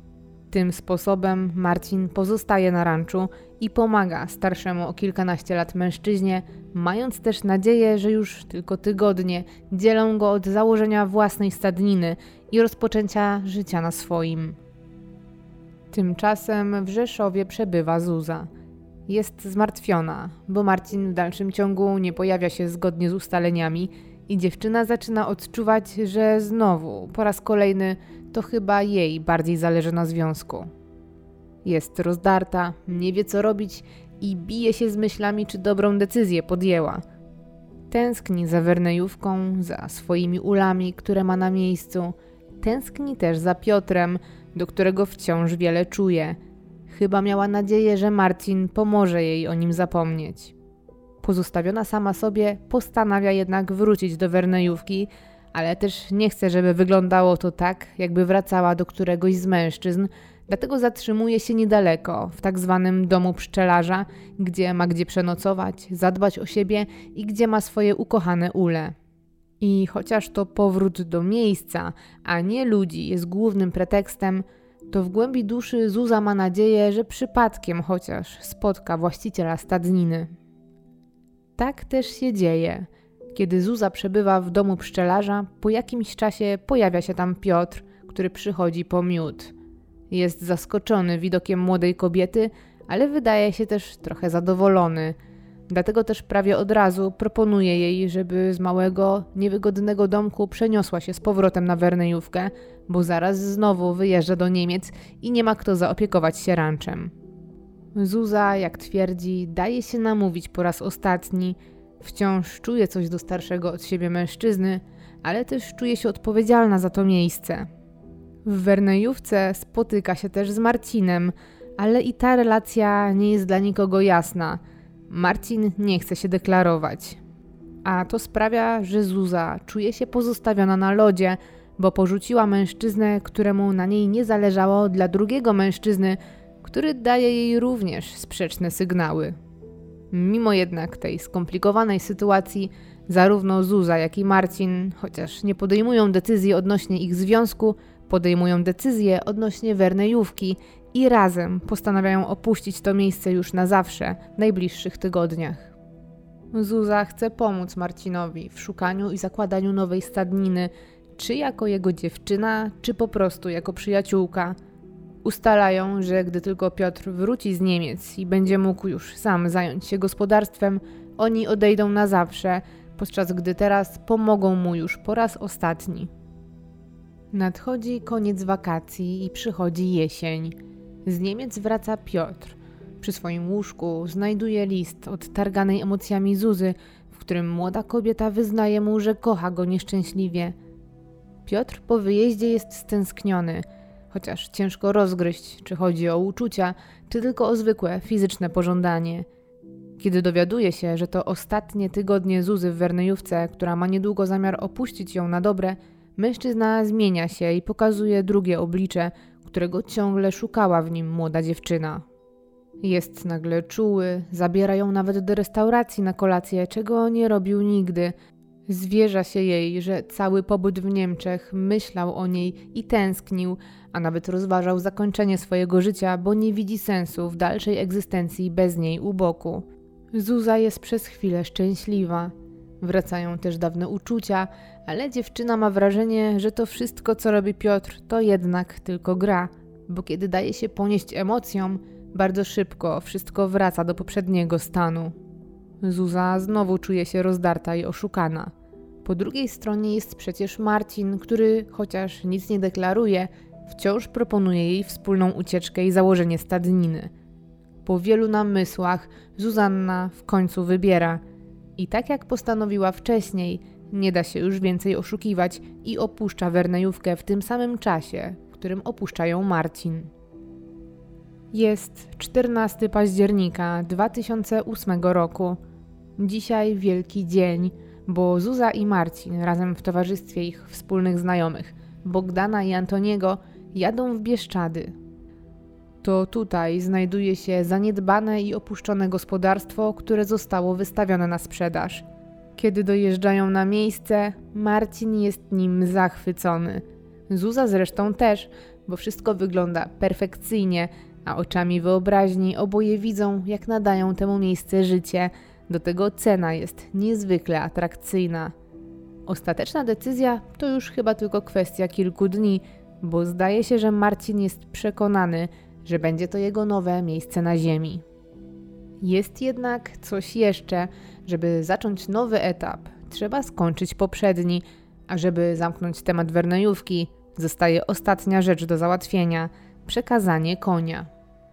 Tym sposobem Marcin pozostaje na ranczu i pomaga starszemu o kilkanaście lat mężczyźnie, mając też nadzieję, że już tylko tygodnie dzielą go od założenia własnej stadniny i rozpoczęcia życia na swoim. Tymczasem w Rzeszowie przebywa Zuza. Jest zmartwiona, bo Marcin w dalszym ciągu nie pojawia się zgodnie z ustaleniami i dziewczyna zaczyna odczuwać, że znowu, po raz kolejny, to chyba jej bardziej zależy na związku. Jest rozdarta, nie wie co robić i bije się z myślami, czy dobrą decyzję podjęła. Tęskni za Wernejówką, za swoimi ulami, które ma na miejscu. Tęskni też za Piotrem, do którego wciąż wiele czuje. Chyba miała nadzieję, że Marcin pomoże jej o nim zapomnieć. Pozostawiona sama sobie, postanawia jednak wrócić do Wernejówki, ale też nie chce, żeby wyglądało to tak, jakby wracała do któregoś z mężczyzn, dlatego zatrzymuje się niedaleko, w tak zwanym domu pszczelarza, gdzie ma gdzie przenocować, zadbać o siebie i gdzie ma swoje ukochane ule. I chociaż to powrót do miejsca, a nie ludzi jest głównym pretekstem, to w głębi duszy Zuza ma nadzieję, że przypadkiem chociaż spotka właściciela stadniny. Tak też się dzieje. Kiedy Zuza przebywa w domu pszczelarza, po jakimś czasie pojawia się tam Piotr, który przychodzi po miód. Jest zaskoczony widokiem młodej kobiety, ale wydaje się też trochę zadowolony. Dlatego też prawie od razu proponuje jej, żeby z małego, niewygodnego domku przeniosła się z powrotem na Wernejówkę, bo zaraz znowu wyjeżdża do Niemiec i nie ma kto zaopiekować się ranczem. Zuza, jak twierdzi, daje się namówić po raz ostatni. Wciąż czuje coś do starszego od siebie mężczyzny, ale też czuje się odpowiedzialna za to miejsce. W Wernejówce spotyka się też z Marcinem, ale i ta relacja nie jest dla nikogo jasna. Marcin nie chce się deklarować. A to sprawia, że Zuza czuje się pozostawiona na lodzie, bo porzuciła mężczyznę, któremu na niej nie zależało, dla drugiego mężczyzny, który daje jej również sprzeczne sygnały. Mimo jednak tej skomplikowanej sytuacji, zarówno Zuza, jak i Marcin, chociaż nie podejmują decyzji odnośnie ich związku, podejmują decyzje odnośnie Wernejówki i razem postanawiają opuścić to miejsce już na zawsze w najbliższych tygodniach. Zuza chce pomóc Marcinowi w szukaniu i zakładaniu nowej stadniny, czy jako jego dziewczyna, czy po prostu jako przyjaciółka. Ustalają, że gdy tylko Piotr wróci z Niemiec i będzie mógł już sam zająć się gospodarstwem, oni odejdą na zawsze, podczas gdy teraz pomogą mu już po raz ostatni. Nadchodzi koniec wakacji i przychodzi jesień. Z Niemiec wraca Piotr. Przy swoim łóżku znajduje list odtarganej emocjami Zuzy, w którym młoda kobieta wyznaje mu, że kocha go nieszczęśliwie. Piotr po wyjeździe jest stęskniony, chociaż ciężko rozgryźć, czy chodzi o uczucia, czy tylko o zwykłe fizyczne pożądanie. Kiedy dowiaduje się, że to ostatnie tygodnie Zuzy w Wernejówce, która ma niedługo zamiar opuścić ją na dobre, mężczyzna zmienia się i pokazuje drugie oblicze, którego ciągle szukała w nim młoda dziewczyna. Jest nagle czuły, zabiera ją nawet do restauracji na kolację, czego nie robił nigdy. Zwierza się jej, że cały pobyt w Niemczech myślał o niej i tęsknił, a nawet rozważał zakończenie swojego życia, bo nie widzi sensu w dalszej egzystencji bez niej u boku. Zuza jest przez chwilę szczęśliwa. Wracają też dawne uczucia, ale dziewczyna ma wrażenie, że to wszystko, co robi Piotr, to jednak tylko gra, bo kiedy daje się ponieść emocjom, bardzo szybko wszystko wraca do poprzedniego stanu. Zuza znowu czuje się rozdarta i oszukana. Po drugiej stronie jest przecież Marcin, który, chociaż nic nie deklaruje, wciąż proponuje jej wspólną ucieczkę i założenie stadniny. Po wielu namysłach Zuzanna w końcu wybiera. I tak jak postanowiła wcześniej, nie da się już więcej oszukiwać i opuszcza Wernejówkę w tym samym czasie, w którym opuszcza ją Marcin. Jest czternastego października dwa tysiące ósmego roku. Dzisiaj wielki dzień, bo Zuza i Marcin razem w towarzystwie ich wspólnych znajomych, Bogdana i Antoniego, jadą w Bieszczady. To tutaj znajduje się zaniedbane i opuszczone gospodarstwo, które zostało wystawione na sprzedaż. Kiedy dojeżdżają na miejsce, Marcin jest nim zachwycony. Zuza zresztą też, bo wszystko wygląda perfekcyjnie, a oczami wyobraźni oboje widzą, jak nadają temu miejsce życie. Do tego cena jest niezwykle atrakcyjna. Ostateczna decyzja to już chyba tylko kwestia kilku dni, bo zdaje się, że Marcin jest przekonany, że będzie to jego nowe miejsce na ziemi. Jest jednak coś jeszcze. Żeby zacząć nowy etap, trzeba skończyć poprzedni, a żeby zamknąć temat Wernejówki, zostaje ostatnia rzecz do załatwienia – przekazanie konia.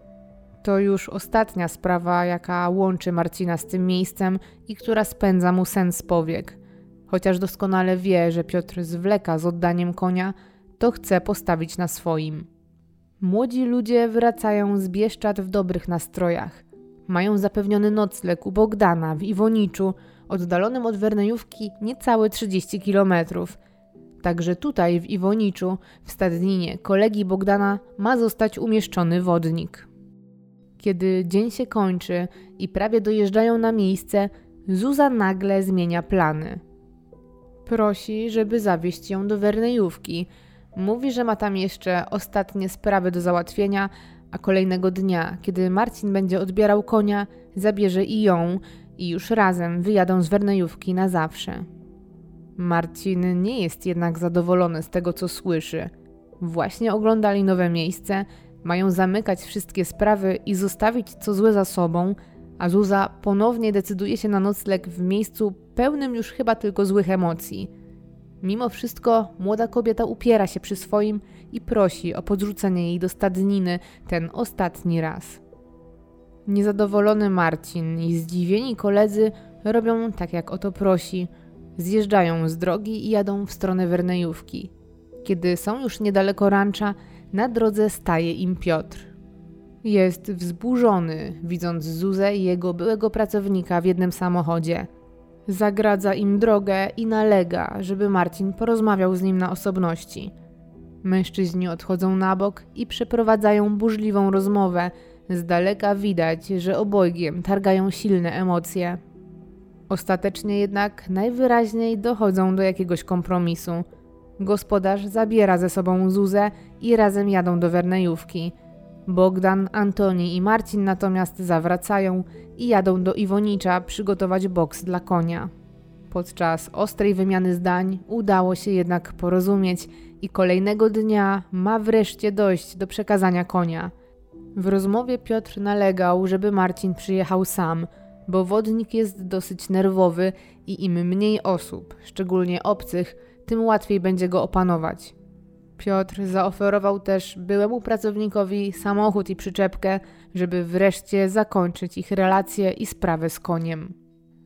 To już ostatnia sprawa, jaka łączy Marcina z tym miejscem i która spędza mu sen z powiek. Chociaż doskonale wie, że Piotr zwleka z oddaniem konia, to chce postawić na swoim. Młodzi ludzie wracają z Bieszczad w dobrych nastrojach. Mają zapewniony nocleg u Bogdana w Iwoniczu, oddalonym od Wernejówki niecałe trzydzieści kilometrów. Także tutaj w Iwoniczu, w stadninie kolegi Bogdana, ma zostać umieszczony wodnik. Kiedy dzień się kończy i prawie dojeżdżają na miejsce, Zuza nagle zmienia plany. Prosi, żeby zawieźć ją do Wernejówki. Mówi, że ma tam jeszcze ostatnie sprawy do załatwienia, a kolejnego dnia, kiedy Marcin będzie odbierał konia, zabierze i ją i już razem wyjadą z Wernejówki na zawsze. Marcin nie jest jednak zadowolony z tego, co słyszy. Właśnie oglądali nowe miejsce, mają zamykać wszystkie sprawy i zostawić co złe za sobą, a Zuza ponownie decyduje się na nocleg w miejscu pełnym już chyba tylko złych emocji. Mimo wszystko młoda kobieta upiera się przy swoim i prosi o podrzucenie jej do stadniny ten ostatni raz. Niezadowolony Marcin i zdziwieni koledzy robią tak, jak o to prosi. Zjeżdżają z drogi i jadą w stronę Wernejówki. Kiedy są już niedaleko rancza, na drodze staje im Piotr. Jest wzburzony, widząc Zuzę i jego byłego pracownika w jednym samochodzie. Zagradza im drogę i nalega, żeby Marcin porozmawiał z nim na osobności. Mężczyźni odchodzą na bok i przeprowadzają burzliwą rozmowę. Z daleka widać, że obojgiem targają silne emocje. Ostatecznie jednak najwyraźniej dochodzą do jakiegoś kompromisu. Gospodarz zabiera ze sobą Zuzę i razem jadą do Wernejówki. Bogdan, Antoni i Marcin natomiast zawracają i jadą do Iwonicza przygotować boks dla konia. Podczas ostrej wymiany zdań udało się jednak porozumieć i kolejnego dnia ma wreszcie dojść do przekazania konia. W rozmowie Piotr nalegał, żeby Marcin przyjechał sam, bo wodnik jest dosyć nerwowy i im mniej osób, szczególnie obcych, tym łatwiej będzie go opanować. Piotr zaoferował też byłemu pracownikowi samochód i przyczepkę, żeby wreszcie zakończyć ich relacje i sprawę z koniem.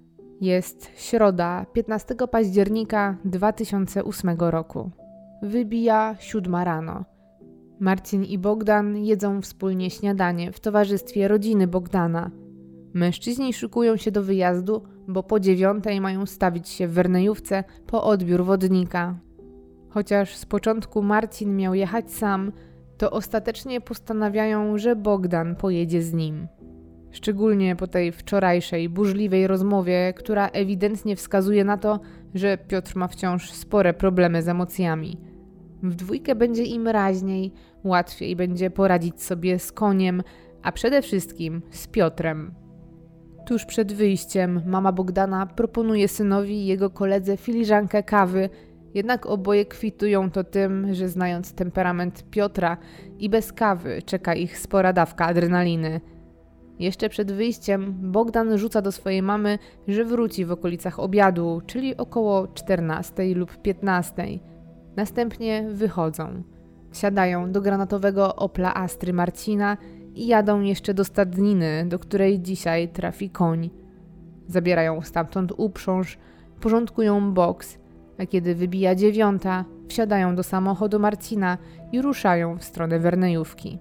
Jest środa, piętnastego października dwa tysiące ósmego roku. Wybija siódma rano. Marcin i Bogdan jedzą wspólnie śniadanie w towarzystwie rodziny Bogdana. Mężczyźni szykują się do wyjazdu, bo po dziewiątej mają stawić się w Wernejówce po odbiór wodnika. Chociaż z początku Marcin miał jechać sam, to ostatecznie postanawiają, że Bogdan pojedzie z nim. Szczególnie po tej wczorajszej, burzliwej rozmowie, która ewidentnie wskazuje na to, że Piotr ma wciąż spore problemy z emocjami. W dwójkę będzie im raźniej, łatwiej będzie poradzić sobie z koniem, a przede wszystkim z Piotrem. Tuż przed wyjściem mama Bogdana proponuje synowi i jego koledze filiżankę kawy, jednak oboje kwitują to tym, że znając temperament Piotra i bez kawy czeka ich spora dawka adrenaliny. Jeszcze przed wyjściem Bogdan rzuca do swojej mamy, że wróci w okolicach obiadu, czyli około czternastej lub piętnastej. Następnie wychodzą. Wsiadają do granatowego Opla Astry Marcina i jadą jeszcze do stadniny, do której dzisiaj trafi koń. Zabierają stamtąd uprząż, porządkują boks, a kiedy wybija dziewiąta, wsiadają do samochodu Marcina i ruszają w stronę Wernejówki.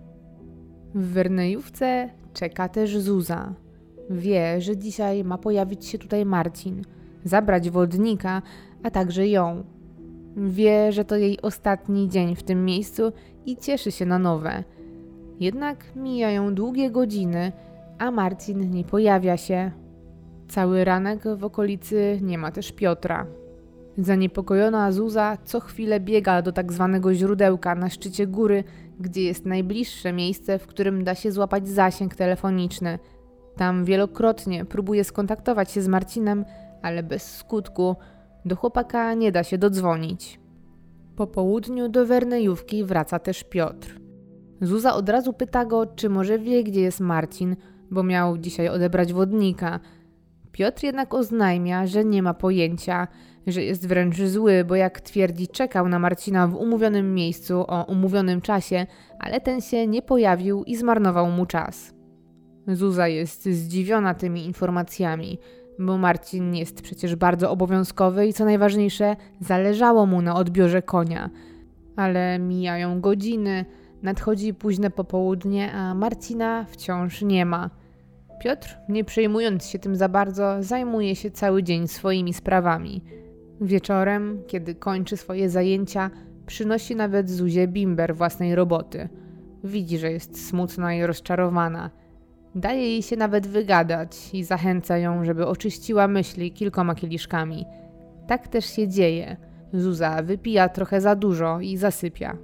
W Wernejówce czeka też Zuza. Wie, że dzisiaj ma pojawić się tutaj Marcin, zabrać wodnika, a także ją. Wie, że to jej ostatni dzień w tym miejscu i cieszy się na nowe. Jednak mijają długie godziny, a Marcin nie pojawia się. Cały ranek w okolicy nie ma też Piotra. Zaniepokojona Zuza co chwilę biega do tak zwanego źródełka na szczycie góry, gdzie jest najbliższe miejsce, w którym da się złapać zasięg telefoniczny. Tam wielokrotnie próbuje skontaktować się z Marcinem, ale bez skutku. Do chłopaka nie da się dodzwonić. Po południu do Wernejówki wraca też Piotr. Zuza od razu pyta go, czy może wie, gdzie jest Marcin, bo miał dzisiaj odebrać wodnika. Piotr jednak oznajmia, że nie ma pojęcia, że jest wręcz zły, bo jak twierdzi, czekał na Marcina w umówionym miejscu o umówionym czasie, ale ten się nie pojawił i zmarnował mu czas. Zuza jest zdziwiona tymi informacjami, bo Marcin jest przecież bardzo obowiązkowy i co najważniejsze, zależało mu na odbiorze konia. Ale mijają godziny, nadchodzi późne popołudnie, a Marcina wciąż nie ma. Piotr, nie przejmując się tym za bardzo, zajmuje się cały dzień swoimi sprawami. Wieczorem, kiedy kończy swoje zajęcia, przynosi nawet Zuzie bimber własnej roboty. Widzi, że jest smutna i rozczarowana. Daje jej się nawet wygadać i zachęca ją, żeby oczyściła myśli kilkoma kieliszkami. Tak też się dzieje. Zuza wypija trochę za dużo i zasypia.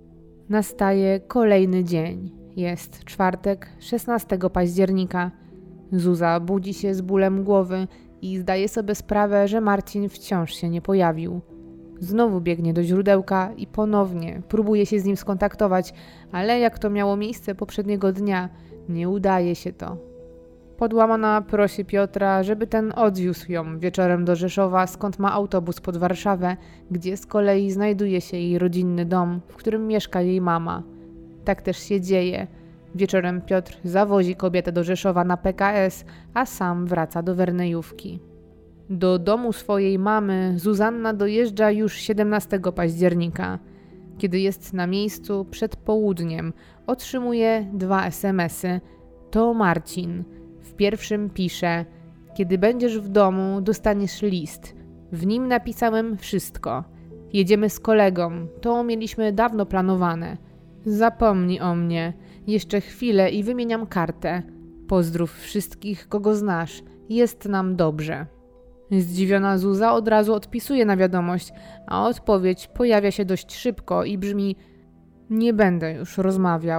Nastaje kolejny dzień. Jest czwartek, szesnastego października. Zuza budzi się z bólem głowy i zdaje sobie sprawę, że Marcin wciąż się nie pojawił. Znowu biegnie do źródełka i ponownie próbuje się z nim skontaktować, ale jak to miało miejsce poprzedniego dnia, nie udaje się to. Podłamana prosi Piotra, żeby ten odwiózł ją wieczorem do Rzeszowa, skąd ma autobus pod Warszawę, gdzie z kolei znajduje się jej rodzinny dom, w którym mieszka jej mama. Tak też się dzieje. Wieczorem Piotr zawozi kobietę do Rzeszowa na P K S, a sam wraca do Wernejówki. Do domu swojej mamy Zuzanna dojeżdża już siedemnastego października. Kiedy jest na miejscu przed południem, otrzymuje dwa es em esy. To Marcin. W pierwszym pisze: kiedy będziesz w domu, dostaniesz list. W nim napisałem wszystko. Jedziemy z kolegą. To mieliśmy dawno planowane. Zapomnij o mnie. Jeszcze chwilę i wymieniam kartę. Pozdrów wszystkich, kogo znasz. Jest nam dobrze. Zdziwiona Zuza od razu odpisuje na wiadomość, a odpowiedź pojawia się dość szybko i brzmi: nie będę już rozmawiał.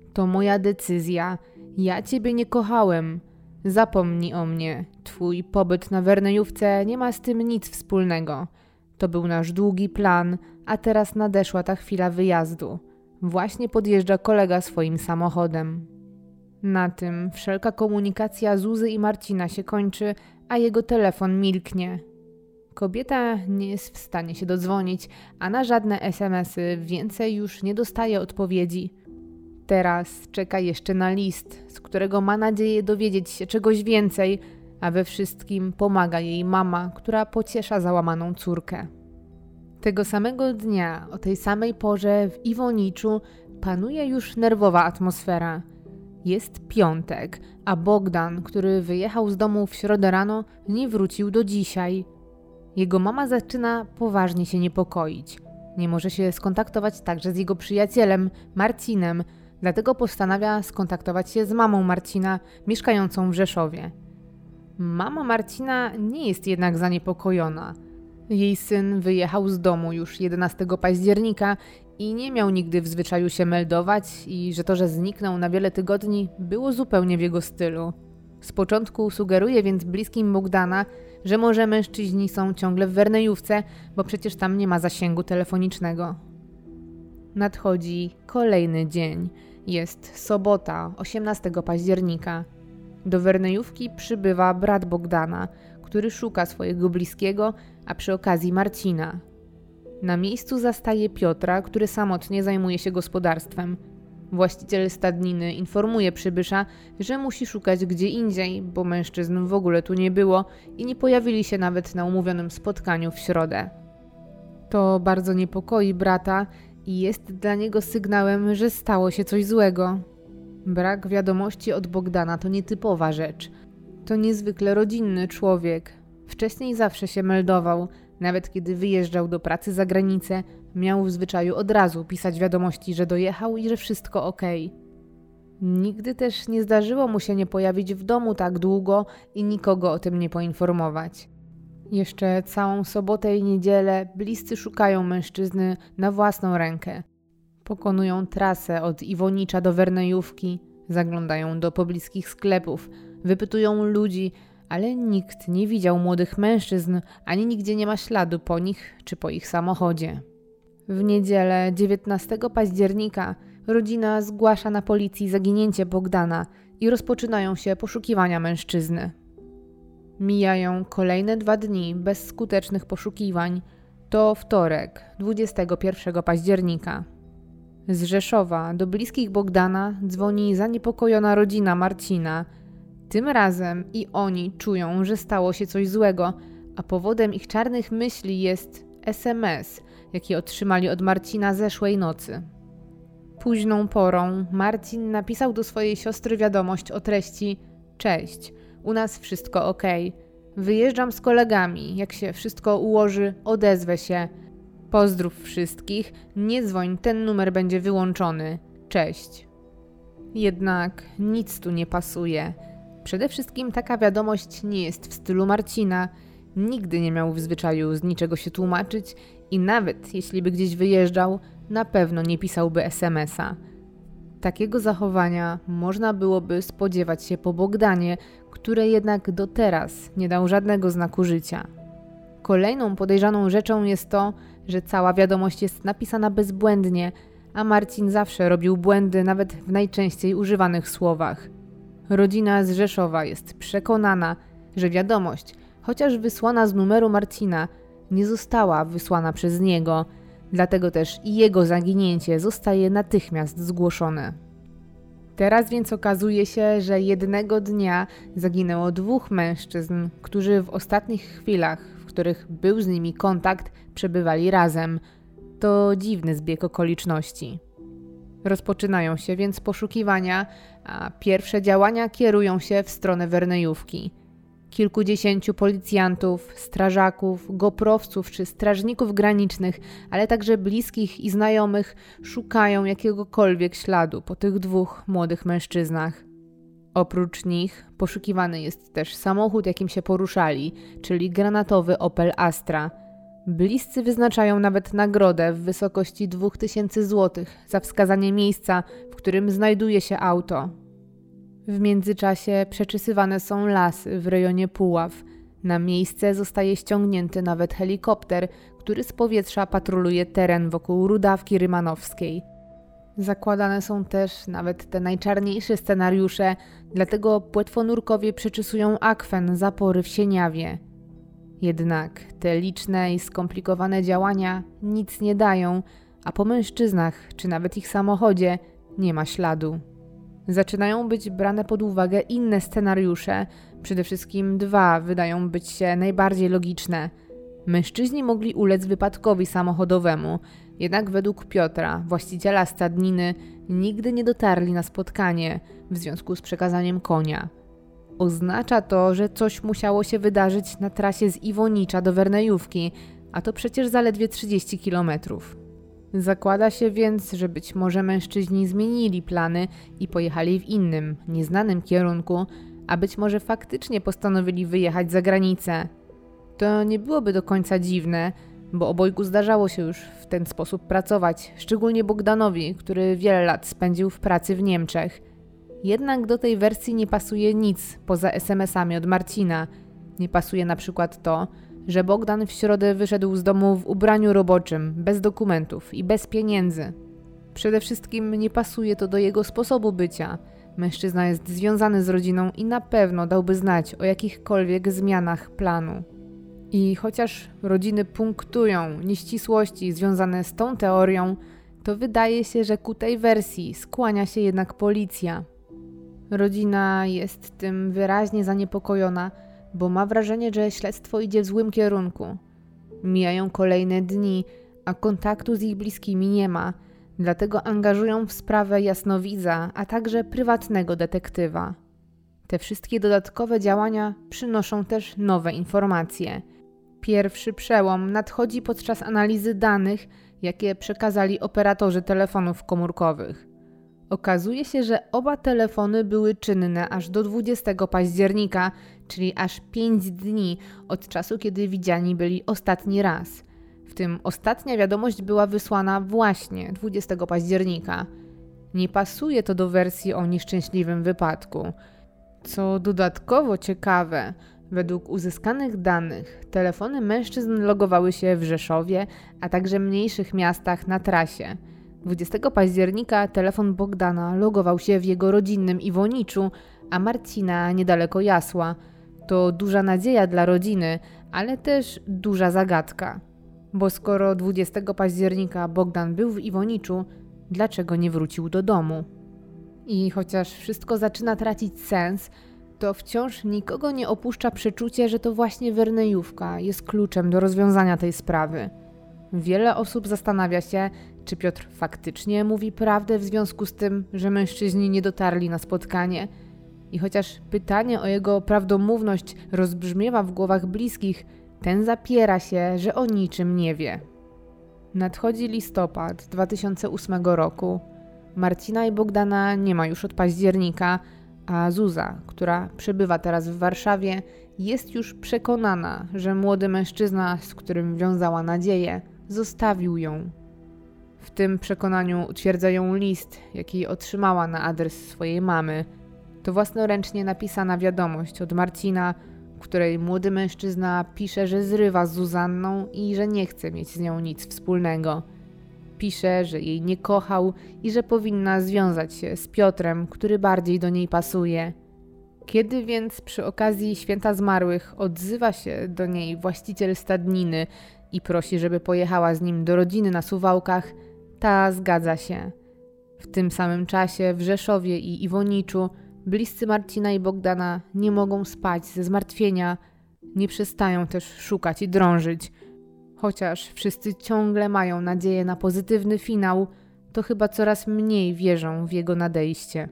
To moja decyzja. Ja ciebie nie kochałem. Zapomnij o mnie. Twój pobyt na Wernejówce nie ma z tym nic wspólnego. To był nasz długi plan, a teraz nadeszła ta chwila wyjazdu. Właśnie podjeżdża kolega swoim samochodem. Na tym wszelka komunikacja Zuzy i Marcina się kończy, a jego telefon milknie. Kobieta nie jest w stanie się dodzwonić, a na żadne es em esy więcej już nie dostaje odpowiedzi. Teraz czeka jeszcze na list, z którego ma nadzieję dowiedzieć się czegoś więcej, a we wszystkim pomaga jej mama, która pociesza załamaną córkę. Tego samego dnia, o tej samej porze w Iwoniczu panuje już nerwowa atmosfera. Jest piątek, a Bogdan, który wyjechał z domu w środę rano, nie wrócił do dzisiaj. Jego mama zaczyna poważnie się niepokoić. Nie może się skontaktować także z jego przyjacielem, Marcinem, dlatego postanawia skontaktować się z mamą Marcina, mieszkającą w Rzeszowie. Mama Marcina nie jest jednak zaniepokojona. Jej syn wyjechał z domu już jedenastego października i nie miał nigdy w zwyczaju się meldować i że to, że zniknął na wiele tygodni, było zupełnie w jego stylu. Z początku sugeruje więc bliskim Bogdana, że może mężczyźni są ciągle w Wernejówce, bo przecież tam nie ma zasięgu telefonicznego. Nadchodzi kolejny dzień. Jest sobota, osiemnastego października. Do Wernejówki przybywa brat Bogdana, który szuka swojego bliskiego, a przy okazji Marcina. Na miejscu zastaje Piotra, który samotnie zajmuje się gospodarstwem. Właściciel stadniny informuje przybysza, że musi szukać gdzie indziej, bo mężczyzn w ogóle tu nie było i nie pojawili się nawet na umówionym spotkaniu w środę. To bardzo niepokoi brata i jest dla niego sygnałem, że stało się coś złego. Brak wiadomości od Bogdana to nietypowa rzecz. To niezwykle rodzinny człowiek. Wcześniej zawsze się meldował, nawet kiedy wyjeżdżał do pracy za granicę, miał w zwyczaju od razu pisać wiadomości, że dojechał i że wszystko okej. Nigdy też nie zdarzyło mu się nie pojawić w domu tak długo i nikogo o tym nie poinformować. Jeszcze całą sobotę i niedzielę bliscy szukają mężczyzny na własną rękę. Pokonują trasę od Iwonicza do Wernejówki, zaglądają do pobliskich sklepów, wypytują ludzi, ale nikt nie widział młodych mężczyzn, ani nigdzie nie ma śladu po nich czy po ich samochodzie. W niedzielę dziewiętnastego października rodzina zgłasza na policji zaginięcie Bogdana i rozpoczynają się poszukiwania mężczyzny. Mijają kolejne dwa dni bez skutecznych poszukiwań. To wtorek, dwudziestego pierwszego października. Z Rzeszowa do bliskich Bogdana dzwoni zaniepokojona rodzina Marcina. Tym razem i oni czują, że stało się coś złego, a powodem ich czarnych myśli jest es em es, jaki otrzymali od Marcina zeszłej nocy. Późną porą Marcin napisał do swojej siostry wiadomość o treści: Cześć, u nas wszystko okej. Wyjeżdżam z kolegami, jak się wszystko ułoży, odezwę się. Pozdrów wszystkich, nie dzwoń, ten numer będzie wyłączony. Cześć. Jednak nic tu nie pasuje. Przede wszystkim taka wiadomość nie jest w stylu Marcina. Nigdy nie miał w zwyczaju z niczego się tłumaczyć i nawet jeśli by gdzieś wyjeżdżał, na pewno nie pisałby es em esa. Takiego zachowania można byłoby spodziewać się po Bogdanie, który jednak do teraz nie dał żadnego znaku życia. Kolejną podejrzaną rzeczą jest to, że cała wiadomość jest napisana bezbłędnie, a Marcin zawsze robił błędy nawet w najczęściej używanych słowach. Rodzina z Rzeszowa jest przekonana, że wiadomość, chociaż wysłana z numeru Marcina, nie została wysłana przez niego, dlatego też i jego zaginięcie zostaje natychmiast zgłoszone. Teraz więc okazuje się, że jednego dnia zaginęło dwóch mężczyzn, którzy w ostatnich chwilach, w których był z nimi kontakt, przebywali razem. To dziwny zbieg okoliczności. Rozpoczynają się więc poszukiwania, a pierwsze działania kierują się w stronę Wernejówki. Kilkudziesięciu policjantów, strażaków, goprowców czy strażników granicznych, ale także bliskich i znajomych szukają jakiegokolwiek śladu po tych dwóch młodych mężczyznach. Oprócz nich poszukiwany jest też samochód, jakim się poruszali, czyli granatowy Opel Astra. Bliscy wyznaczają nawet nagrodę w wysokości dwóch tysięcy złotych za wskazanie miejsca, w którym znajduje się auto. W międzyczasie przeczesywane są lasy w rejonie Puław. Na miejsce zostaje ściągnięty nawet helikopter, który z powietrza patroluje teren wokół Rudawki Rymanowskiej. Zakładane są też nawet te najczarniejsze scenariusze, dlatego płetwonurkowie przeczesują akwen zapory w Sieniawie. Jednak te liczne i skomplikowane działania nic nie dają, a po mężczyznach czy nawet ich samochodzie nie ma śladu. Zaczynają być brane pod uwagę inne scenariusze, przede wszystkim dwa wydają być się najbardziej logiczne. Mężczyźni mogli ulec wypadkowi samochodowemu, jednak według Piotra, właściciela stadniny, nigdy nie dotarli na spotkanie w związku z przekazaniem konia. Oznacza to, że coś musiało się wydarzyć na trasie z Iwonicza do Wernejówki, a to przecież zaledwie trzydzieści kilometrów. Zakłada się więc, że być może mężczyźni zmienili plany i pojechali w innym, nieznanym kierunku, a być może faktycznie postanowili wyjechać za granicę. To nie byłoby do końca dziwne, bo obojgu zdarzało się już w ten sposób pracować, szczególnie Bogdanowi, który wiele lat spędził w pracy w Niemczech. Jednak do tej wersji nie pasuje nic poza es em esami od Marcina. Nie pasuje na przykład to, że Bogdan w środę wyszedł z domu w ubraniu roboczym, bez dokumentów i bez pieniędzy. Przede wszystkim nie pasuje to do jego sposobu bycia. Mężczyzna jest związany z rodziną i na pewno dałby znać o jakichkolwiek zmianach planu. I chociaż rodziny punktują nieścisłości związane z tą teorią, to wydaje się, że ku tej wersji skłania się jednak policja. Rodzina jest tym wyraźnie zaniepokojona, bo ma wrażenie, że śledztwo idzie w złym kierunku. Mijają kolejne dni, a kontaktu z ich bliskimi nie ma, dlatego angażują w sprawę jasnowidza, a także prywatnego detektywa. Te wszystkie dodatkowe działania przynoszą też nowe informacje. Pierwszy przełom nadchodzi podczas analizy danych, jakie przekazali operatorzy telefonów komórkowych. Okazuje się, że oba telefony były czynne aż do dwudziestego października, czyli aż pięć dni od czasu, kiedy widziani byli ostatni raz. W tym ostatnia wiadomość była wysłana właśnie dwudziestego października. Nie pasuje to do wersji o nieszczęśliwym wypadku. Co dodatkowo ciekawe, według uzyskanych danych telefony mężczyzn logowały się w Rzeszowie, a także mniejszych miastach na trasie. dwudziestego października telefon Bogdana logował się w jego rodzinnym Iwoniczu, a Marcina niedaleko Jasła. To duża nadzieja dla rodziny, ale też duża zagadka. Bo skoro dwudziestego października Bogdan był w Iwoniczu, dlaczego nie wrócił do domu? I chociaż wszystko zaczyna tracić sens, to wciąż nikogo nie opuszcza przeczucie, że to właśnie Wernejówka jest kluczem do rozwiązania tej sprawy. Wiele osób zastanawia się, czy Piotr faktycznie mówi prawdę w związku z tym, że mężczyźni nie dotarli na spotkanie. I chociaż pytanie o jego prawdomówność rozbrzmiewa w głowach bliskich, ten zapiera się, że o niczym nie wie. Nadchodzi listopad dwa tysiące ósmego roku. Marcina i Bogdana nie ma już od października, a Zuza, która przebywa teraz w Warszawie, jest już przekonana, że młody mężczyzna, z którym wiązała nadzieję, zostawił ją. W tym przekonaniu utwierdza ją list, jaki otrzymała na adres swojej mamy. To własnoręcznie napisana wiadomość od Marcina, w której młody mężczyzna pisze, że zrywa z Zuzanną i że nie chce mieć z nią nic wspólnego. Pisze, że jej nie kochał i że powinna związać się z Piotrem, który bardziej do niej pasuje. Kiedy więc przy okazji Święta Zmarłych odzywa się do niej właściciel stadniny i prosi, żeby pojechała z nim do rodziny na Suwałkach, ta zgadza się. W tym samym czasie w Rzeszowie i Iwoniczu bliscy Marcina i Bogdana nie mogą spać ze zmartwienia, nie przestają też szukać i drążyć. Chociaż wszyscy ciągle mają nadzieję na pozytywny finał, to chyba coraz mniej wierzą w jego nadejście.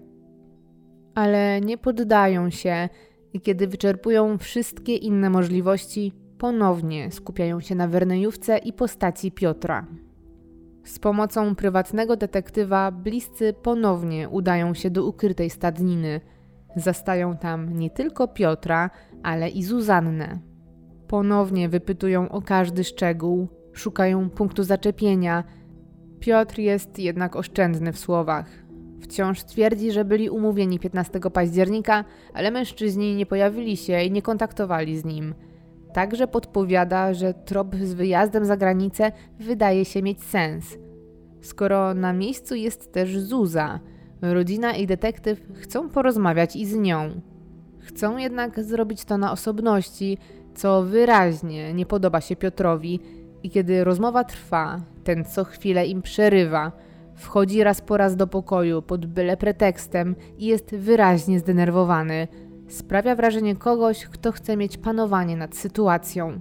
Ale nie poddają się i kiedy wyczerpują wszystkie inne możliwości, ponownie skupiają się na Wernejówce i postaci Piotra. Z pomocą prywatnego detektywa bliscy ponownie udają się do ukrytej stadniny. Zastają tam nie tylko Piotra, ale i Zuzannę. Ponownie wypytują o każdy szczegół, szukają punktu zaczepienia. Piotr jest jednak oszczędny w słowach. Wciąż twierdzi, że byli umówieni piętnastego października, ale mężczyźni nie pojawili się i nie kontaktowali z nim. Także podpowiada, że trop z wyjazdem za granicę wydaje się mieć sens. Skoro na miejscu jest też Zuza, rodzina i detektyw chcą porozmawiać i z nią. Chcą jednak zrobić to na osobności, co wyraźnie nie podoba się Piotrowi i kiedy rozmowa trwa, ten co chwilę im przerywa, wchodzi raz po raz do pokoju pod byle pretekstem i jest wyraźnie zdenerwowany. Sprawia wrażenie kogoś, kto chce mieć panowanie nad sytuacją.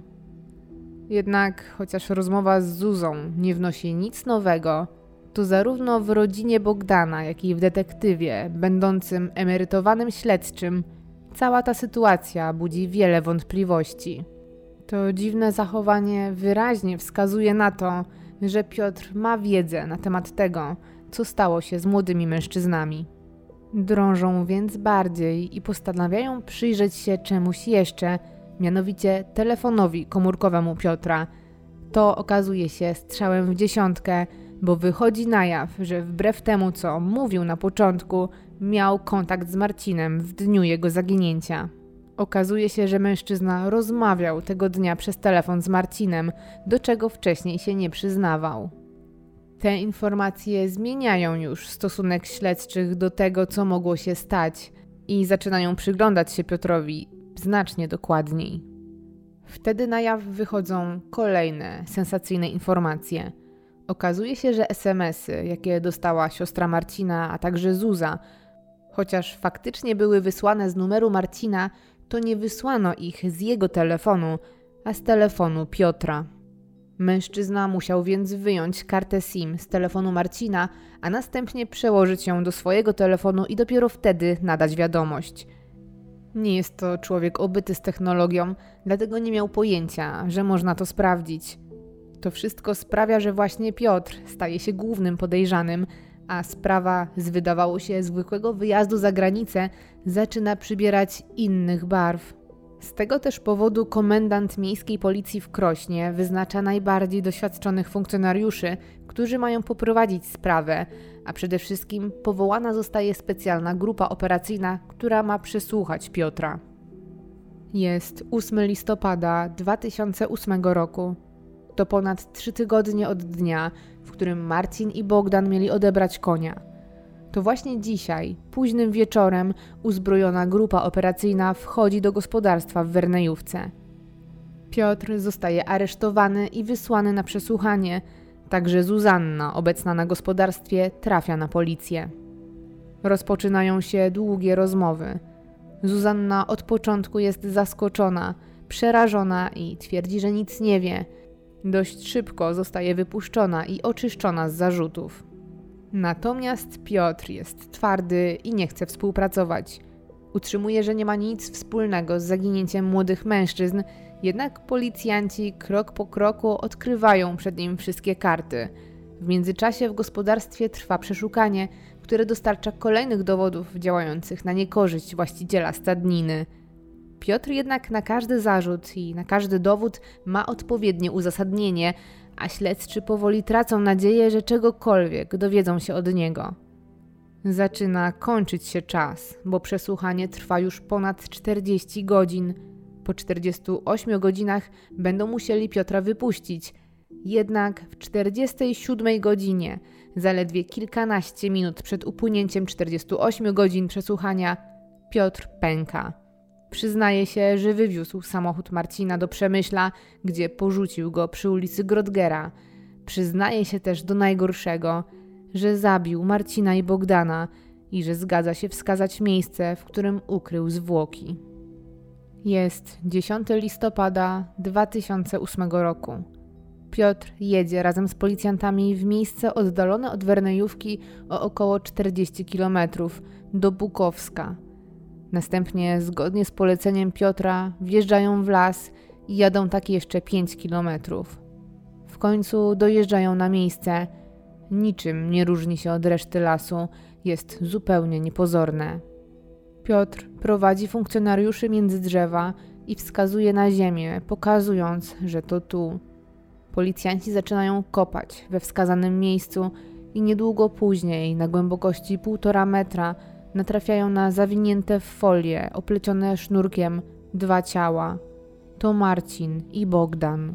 Jednak chociaż rozmowa z Zuzą nie wnosi nic nowego, to zarówno w rodzinie Bogdana, jak i w detektywie, będącym emerytowanym śledczym, cała ta sytuacja budzi wiele wątpliwości. To dziwne zachowanie wyraźnie wskazuje na to, że Piotr ma wiedzę na temat tego, co stało się z młodymi mężczyznami. Drążą więc bardziej i postanawiają przyjrzeć się czemuś jeszcze, mianowicie telefonowi komórkowemu Piotra. To okazuje się strzałem w dziesiątkę, bo wychodzi na jaw, że wbrew temu, co mówił na początku, miał kontakt z Marcinem w dniu jego zaginięcia. Okazuje się, że mężczyzna rozmawiał tego dnia przez telefon z Marcinem, do czego wcześniej się nie przyznawał. Te informacje zmieniają już stosunek śledczych do tego, co mogło się stać i zaczynają przyglądać się Piotrowi znacznie dokładniej. Wtedy na jaw wychodzą kolejne sensacyjne informacje. Okazuje się, że es em esy, jakie dostała siostra Marcina, a także Zuza, chociaż faktycznie były wysłane z numeru Marcina, to nie wysłano ich z jego telefonu, a z telefonu Piotra. Mężczyzna musiał więc wyjąć kartę SIM z telefonu Marcina, a następnie przełożyć ją do swojego telefonu i dopiero wtedy nadać wiadomość. Nie jest to człowiek obyty z technologią, dlatego nie miał pojęcia, że można to sprawdzić. To wszystko sprawia, że właśnie Piotr staje się głównym podejrzanym, a sprawa z wydawało się zwykłego wyjazdu za granicę zaczyna przybierać innych barw. Z tego też powodu komendant miejskiej policji w Krośnie wyznacza najbardziej doświadczonych funkcjonariuszy, którzy mają poprowadzić sprawę, a przede wszystkim powołana zostaje specjalna grupa operacyjna, która ma przesłuchać Piotra. Jest ósmego listopada dwa tysiące ósmego roku. To ponad trzy tygodnie od dnia, w którym Marcin i Bogdan mieli odebrać konia. To właśnie dzisiaj, późnym wieczorem, uzbrojona grupa operacyjna wchodzi do gospodarstwa w Wernejówce. Piotr zostaje aresztowany i wysłany na przesłuchanie, także Zuzanna, obecna na gospodarstwie, trafia na policję. Rozpoczynają się długie rozmowy. Zuzanna od początku jest zaskoczona, przerażona i twierdzi, że nic nie wie. Dość szybko zostaje wypuszczona i oczyszczona z zarzutów. Natomiast Piotr jest twardy i nie chce współpracować. Utrzymuje, że nie ma nic wspólnego z zaginięciem młodych mężczyzn, jednak policjanci krok po kroku odkrywają przed nim wszystkie karty. W międzyczasie w gospodarstwie trwa przeszukanie, które dostarcza kolejnych dowodów działających na niekorzyść właściciela stadniny. Piotr jednak na każdy zarzut i na każdy dowód ma odpowiednie uzasadnienie, a śledczy powoli tracą nadzieję, że czegokolwiek dowiedzą się od niego. Zaczyna kończyć się czas, bo przesłuchanie trwa już ponad czterdzieści godzin. Po czterdziestu ośmiu godzinach będą musieli Piotra wypuścić. Jednak w czterdziestej siódmej godzinie, zaledwie kilkanaście minut przed upłynięciem czterdziestu ośmiu godzin przesłuchania, Piotr pęka. Przyznaje się, że wywiózł samochód Marcina do Przemyśla, gdzie porzucił go przy ulicy Grodgera. Przyznaje się też do najgorszego, że zabił Marcina i Bogdana i że zgadza się wskazać miejsce, w którym ukrył zwłoki. Jest dziesiątego listopada dwa tysiące ósmego roku. Piotr jedzie razem z policjantami w miejsce oddalone od Wernejówki o około czterdzieści kilometrów, do Bukowska. Następnie, zgodnie z poleceniem Piotra, wjeżdżają w las i jadą tak jeszcze pięć kilometrów. W końcu dojeżdżają na miejsce. Niczym nie różni się od reszty lasu, jest zupełnie niepozorne. Piotr prowadzi funkcjonariuszy między drzewa i wskazuje na ziemię, pokazując, że to tu. Policjanci zaczynają kopać we wskazanym miejscu i niedługo później, na głębokości półtora metra, natrafiają na zawinięte w folię, oplecione sznurkiem, dwa ciała. To Marcin i Bogdan.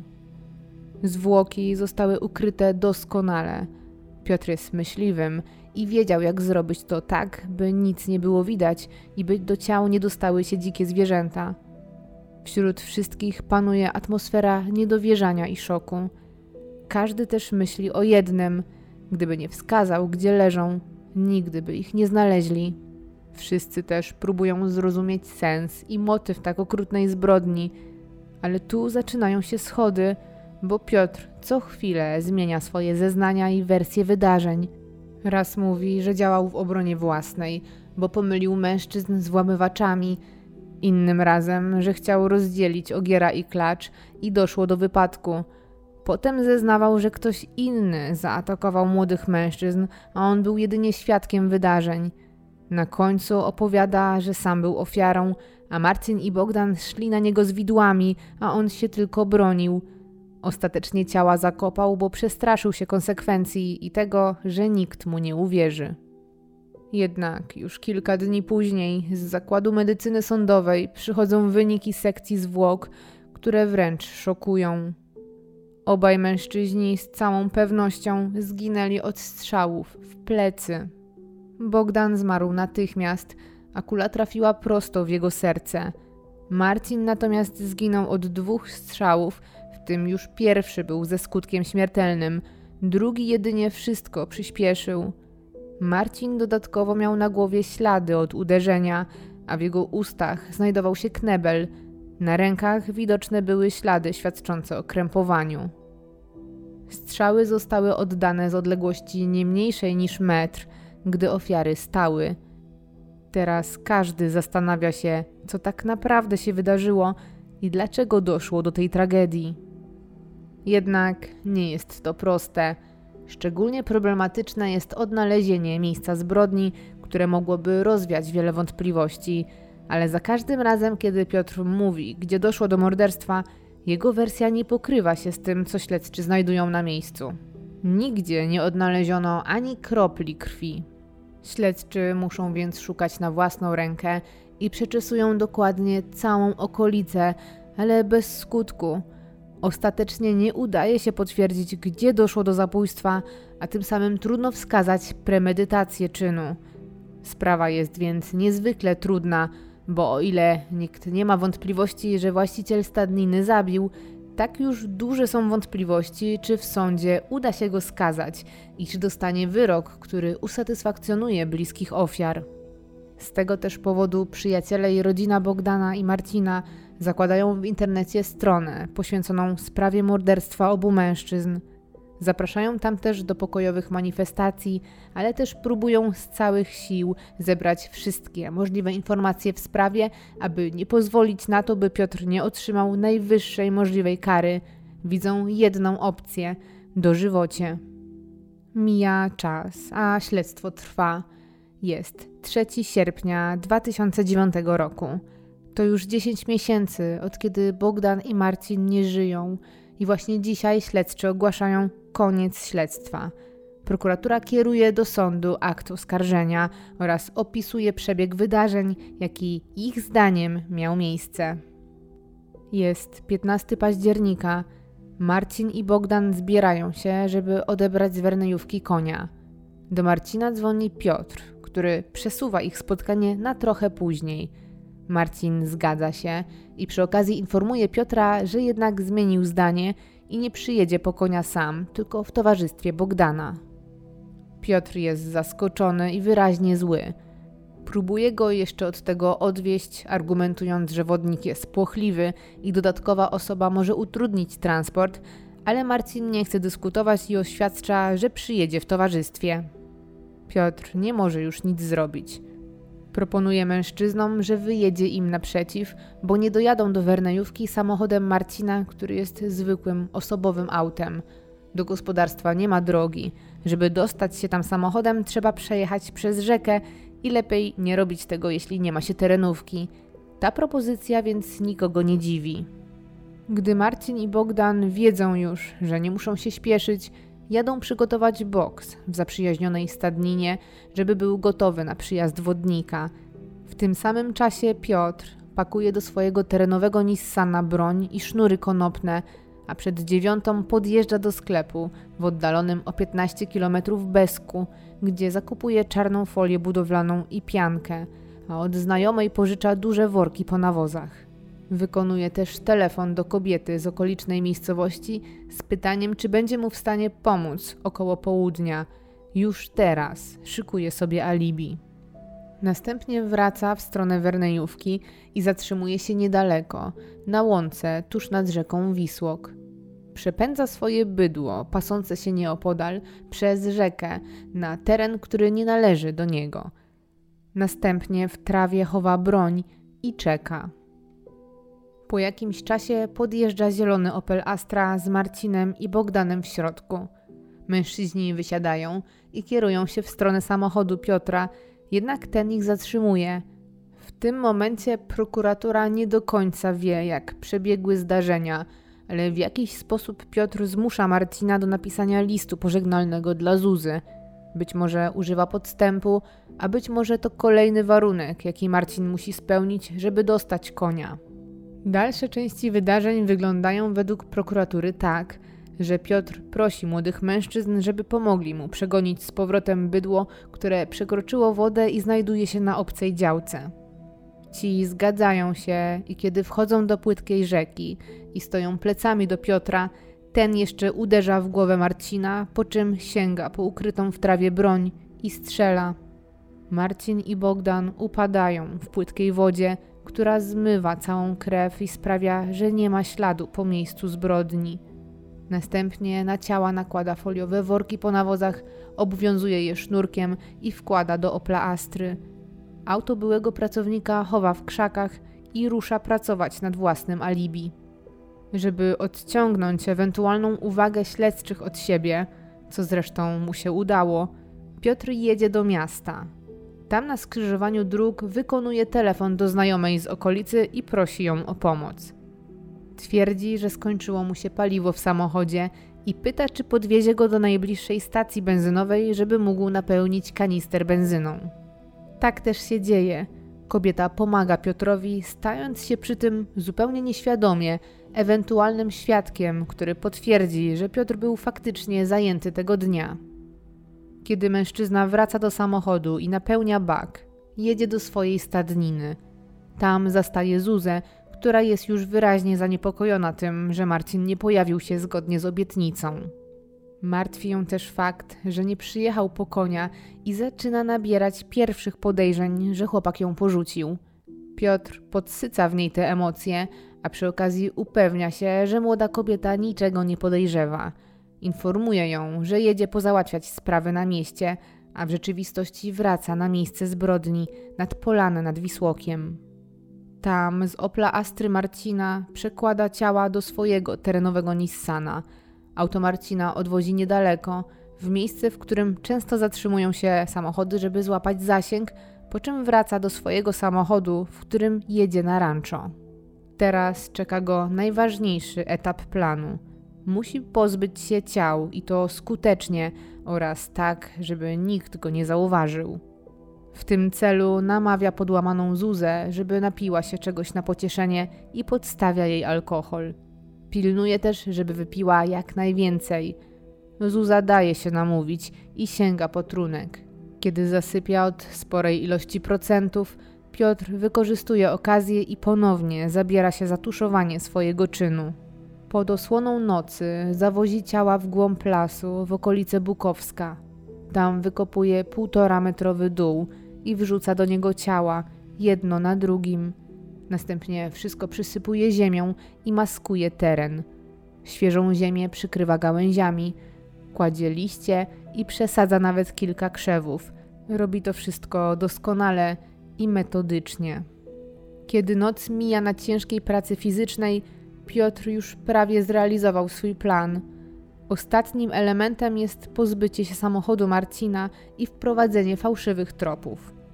Zwłoki zostały ukryte doskonale. Piotr jest myśliwym i wiedział, jak zrobić to tak, by nic nie było widać i by do ciał nie dostały się dzikie zwierzęta. Wśród wszystkich panuje atmosfera niedowierzania i szoku. Każdy też myśli o jednym. Gdyby nie wskazał, gdzie leżą, nigdy by ich nie znaleźli. Wszyscy też próbują zrozumieć sens i motyw tak okrutnej zbrodni, ale tu zaczynają się schody, bo Piotr co chwilę zmienia swoje zeznania i wersje wydarzeń. Raz mówi, że działał w obronie własnej, bo pomylił mężczyzn z włamywaczami. Innym razem, że chciał rozdzielić Ogiera i Klacz i doszło do wypadku. Potem zeznawał, że ktoś inny zaatakował młodych mężczyzn, a on był jedynie świadkiem wydarzeń. Na końcu opowiada, że sam był ofiarą, a Marcin i Bogdan szli na niego z widłami, a on się tylko bronił. Ostatecznie ciała zakopał, bo przestraszył się konsekwencji i tego, że nikt mu nie uwierzy. Jednak już kilka dni później z Zakładu Medycyny Sądowej przychodzą wyniki sekcji zwłok, które wręcz szokują. Obaj mężczyźni z całą pewnością zginęli od strzałów w plecy. Bogdan zmarł natychmiast, a kula trafiła prosto w jego serce. Marcin natomiast zginął od dwóch strzałów, w tym już pierwszy był ze skutkiem śmiertelnym, drugi jedynie wszystko przyspieszył. Marcin dodatkowo miał na głowie ślady od uderzenia, a w jego ustach znajdował się knebel. Na rękach widoczne były ślady świadczące o krępowaniu. Strzały zostały oddane z odległości nie mniejszej niż metr, gdy ofiary stały. Teraz każdy zastanawia się, co tak naprawdę się wydarzyło i dlaczego doszło do tej tragedii. Jednak nie jest to proste. Szczególnie problematyczne jest odnalezienie miejsca zbrodni, które mogłoby rozwiać wiele wątpliwości, ale za każdym razem, kiedy Piotr mówi, gdzie doszło do morderstwa, jego wersja nie pokrywa się z tym, co śledczy znajdują na miejscu. Nigdzie nie odnaleziono ani kropli krwi. Śledczy muszą więc szukać na własną rękę i przeczesują dokładnie całą okolicę, ale bez skutku. Ostatecznie nie udaje się potwierdzić, gdzie doszło do zabójstwa, a tym samym trudno wskazać premedytację czynu. Sprawa jest więc niezwykle trudna, bo o ile nikt nie ma wątpliwości, że właściciel stadniny zabił, tak już duże są wątpliwości, czy w sądzie uda się go skazać i czy dostanie wyrok, który usatysfakcjonuje bliskich ofiar. Z tego też powodu przyjaciele i rodzina Bogdana i Marcina zakładają w internecie stronę poświęconą sprawie morderstwa obu mężczyzn. Zapraszają tam też do pokojowych manifestacji, ale też próbują z całych sił zebrać wszystkie możliwe informacje w sprawie, aby nie pozwolić na to, by Piotr nie otrzymał najwyższej możliwej kary. Widzą jedną opcję – dożywocie. Mija czas, a śledztwo trwa. Jest trzeciego sierpnia dwa tysiące dziewiątego roku. To już dziesięć miesięcy, od kiedy Bogdan i Marcin nie żyją i właśnie dzisiaj śledczy ogłaszają koniec śledztwa. Prokuratura kieruje do sądu akt oskarżenia oraz opisuje przebieg wydarzeń, jaki ich zdaniem miał miejsce. Jest piętnastego października. Marcin i Bogdan zbierają się, żeby odebrać z Wernejówki konia. Do Marcina dzwoni Piotr, który przesuwa ich spotkanie na trochę później. Marcin zgadza się i przy okazji informuje Piotra, że jednak zmienił zdanie i nie przyjedzie po konia sam, tylko w towarzystwie Bogdana. Piotr jest zaskoczony i wyraźnie zły. Próbuje go jeszcze od tego odwieźć, argumentując, że wodnik jest płochliwy i dodatkowa osoba może utrudnić transport, ale Marcin nie chce dyskutować i oświadcza, że przyjedzie w towarzystwie. Piotr nie może już nic zrobić. Proponuje mężczyznom, że wyjedzie im naprzeciw, bo nie dojadą do Wernejówki samochodem Marcina, który jest zwykłym osobowym autem. Do gospodarstwa nie ma drogi. Żeby dostać się tam samochodem, trzeba przejechać przez rzekę i lepiej nie robić tego, jeśli nie ma się terenówki. Ta propozycja więc nikogo nie dziwi. Gdy Marcin i Bogdan wiedzą już, że nie muszą się śpieszyć, jadą przygotować boks w zaprzyjaźnionej stadninie, żeby był gotowy na przyjazd wodnika. W tym samym czasie Piotr pakuje do swojego terenowego Nissana broń i sznury konopne, a przed dziewiątą podjeżdża do sklepu w oddalonym o piętnaście kilometrów Besku, gdzie zakupuje czarną folię budowlaną i piankę, a od znajomej pożycza duże worki po nawozach. Wykonuje też telefon do kobiety z okolicznej miejscowości z pytaniem, czy będzie mu w stanie pomóc około południa. Już teraz szykuje sobie alibi. Następnie wraca w stronę Wernejówki i zatrzymuje się niedaleko, na łące tuż nad rzeką Wisłok. Przepędza swoje bydło, pasące się nieopodal, przez rzekę, na teren, który nie należy do niego. Następnie w trawie chowa broń i czeka. Po jakimś czasie podjeżdża zielony Opel Astra z Marcinem i Bogdanem w środku. Mężczyźni wysiadają i kierują się w stronę samochodu Piotra, jednak ten ich zatrzymuje. W tym momencie prokuratura nie do końca wie, jak przebiegły zdarzenia, ale w jakiś sposób Piotr zmusza Marcina do napisania listu pożegnalnego dla Zuzy. Być może używa podstępu, a być może to kolejny warunek, jaki Marcin musi spełnić, żeby dostać konia. Dalsze części wydarzeń wyglądają według prokuratury tak, że Piotr prosi młodych mężczyzn, żeby pomogli mu przegonić z powrotem bydło, które przekroczyło wodę i znajduje się na obcej działce. Ci zgadzają się i kiedy wchodzą do płytkiej rzeki i stoją plecami do Piotra, ten jeszcze uderza w głowę Marcina, po czym sięga po ukrytą w trawie broń i strzela. Marcin i Bogdan upadają w płytkiej wodzie, która zmywa całą krew i sprawia, że nie ma śladu po miejscu zbrodni. Następnie na ciała nakłada foliowe worki po nawozach, obwiązuje je sznurkiem i wkłada do Opla Astry. Auto byłego pracownika chowa w krzakach i rusza pracować nad własnym alibi. Żeby odciągnąć ewentualną uwagę śledczych od siebie, co zresztą mu się udało, Piotr jedzie do miasta. Tam na skrzyżowaniu dróg wykonuje telefon do znajomej z okolicy i prosi ją o pomoc. Twierdzi, że skończyło mu się paliwo w samochodzie i pyta, czy podwiezie go do najbliższej stacji benzynowej, żeby mógł napełnić kanister benzyną. Tak też się dzieje. Kobieta pomaga Piotrowi, stając się przy tym zupełnie nieświadomie ewentualnym świadkiem, który potwierdzi, że Piotr był faktycznie zajęty tego dnia. Kiedy mężczyzna wraca do samochodu i napełnia bak, jedzie do swojej stadniny. Tam zastaje Zuzę, która jest już wyraźnie zaniepokojona tym, że Marcin nie pojawił się zgodnie z obietnicą. Martwi ją też fakt, że nie przyjechał po konia i zaczyna nabierać pierwszych podejrzeń, że chłopak ją porzucił. Piotr podsyca w niej te emocje, a przy okazji upewnia się, że młoda kobieta niczego nie podejrzewa. Informuje ją, że jedzie pozałatwiać sprawy na mieście, a w rzeczywistości wraca na miejsce zbrodni, nad polanę nad Wisłokiem. Tam z Opla Astry Marcina przekłada ciała do swojego terenowego Nissana. Auto Marcina odwozi niedaleko, w miejsce, w którym często zatrzymują się samochody, żeby złapać zasięg, po czym wraca do swojego samochodu, w którym jedzie na rancho. Teraz czeka go najważniejszy etap planu. Musi pozbyć się ciał i to skutecznie oraz tak, żeby nikt go nie zauważył. W tym celu namawia podłamaną Zuzę, żeby napiła się czegoś na pocieszenie i podstawia jej alkohol. Pilnuje też, żeby wypiła jak najwięcej. Zuza daje się namówić i sięga po trunek. Kiedy zasypia od sporej ilości procentów, Piotr wykorzystuje okazję i ponownie zabiera się za tuszowanie swojego czynu. Pod osłoną nocy zawozi ciała w głąb lasu w okolice Bukowska. Tam wykopuje półtora metrowy dół i wrzuca do niego ciała, jedno na drugim. Następnie wszystko przysypuje ziemią i maskuje teren. Świeżą ziemię przykrywa gałęziami, kładzie liście i przesadza nawet kilka krzewów. Robi to wszystko doskonale i metodycznie. Kiedy noc mija na ciężkiej pracy fizycznej, Piotr już prawie zrealizował swój plan. Ostatnim elementem jest pozbycie się samochodu Marcina i wprowadzenie fałszywych tropów.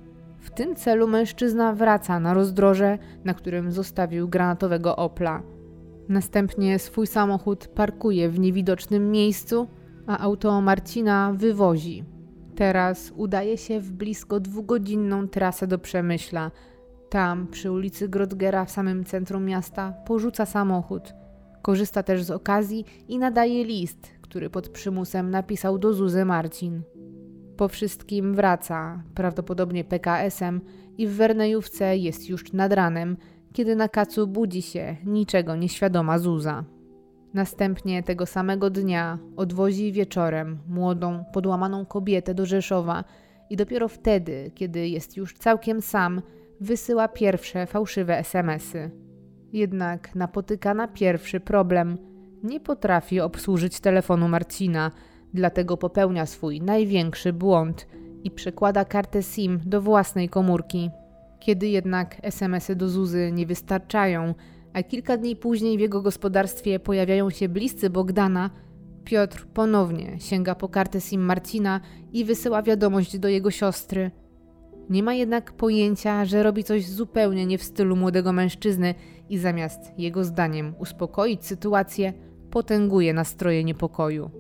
W tym celu mężczyzna wraca na rozdroże, na którym zostawił granatowego Opla. Następnie swój samochód parkuje w niewidocznym miejscu, a auto Marcina wywozi. Teraz udaje się w blisko dwugodzinną trasę do Przemyśla. Tam, przy ulicy Grodgera w samym centrum miasta, porzuca samochód. Korzysta też z okazji i nadaje list, który pod przymusem napisał do Zuzy Marcin. Po wszystkim wraca, prawdopodobnie P K S-em, i w Wernejówce jest już nad ranem, kiedy na kacu budzi się niczego nieświadoma Zuza. Następnie tego samego dnia odwozi wieczorem młodą, podłamaną kobietę do Rzeszowa i dopiero wtedy, kiedy jest już całkiem sam, wysyła pierwsze fałszywe es em esy. Jednak napotyka na pierwszy problem. Nie potrafi obsłużyć telefonu Marcina, dlatego popełnia swój największy błąd i przekłada kartę SIM do własnej komórki. Kiedy jednak es em esy do Zuzy nie wystarczają, a kilka dni później w jego gospodarstwie pojawiają się bliscy Bogdana, Piotr ponownie sięga po kartę SIM Marcina i wysyła wiadomość do jego siostry. Nie ma jednak pojęcia, że robi coś zupełnie nie w stylu młodego mężczyzny i zamiast jego zdaniem uspokoić sytuację, potęguje nastroje niepokoju.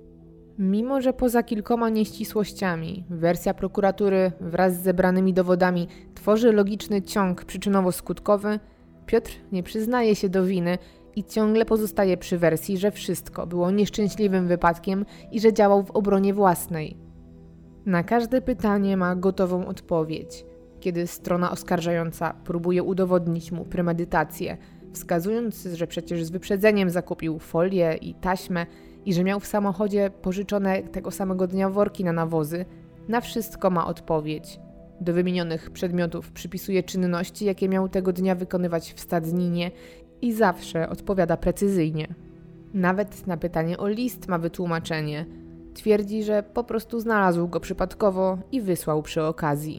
Mimo że poza kilkoma nieścisłościami wersja prokuratury wraz z zebranymi dowodami tworzy logiczny ciąg przyczynowo-skutkowy, Piotr nie przyznaje się do winy i ciągle pozostaje przy wersji, że wszystko było nieszczęśliwym wypadkiem i że działał w obronie własnej. Na każde pytanie ma gotową odpowiedź, kiedy strona oskarżająca próbuje udowodnić mu premedytację, wskazując, że przecież z wyprzedzeniem zakupił folię i taśmę i że miał w samochodzie pożyczone tego samego dnia worki na nawozy, na wszystko ma odpowiedź. Do wymienionych przedmiotów przypisuje czynności, jakie miał tego dnia wykonywać w stadninie i zawsze odpowiada precyzyjnie. Nawet na pytanie o list ma wytłumaczenie. Twierdzi, że po prostu znalazł go przypadkowo i wysłał przy okazji.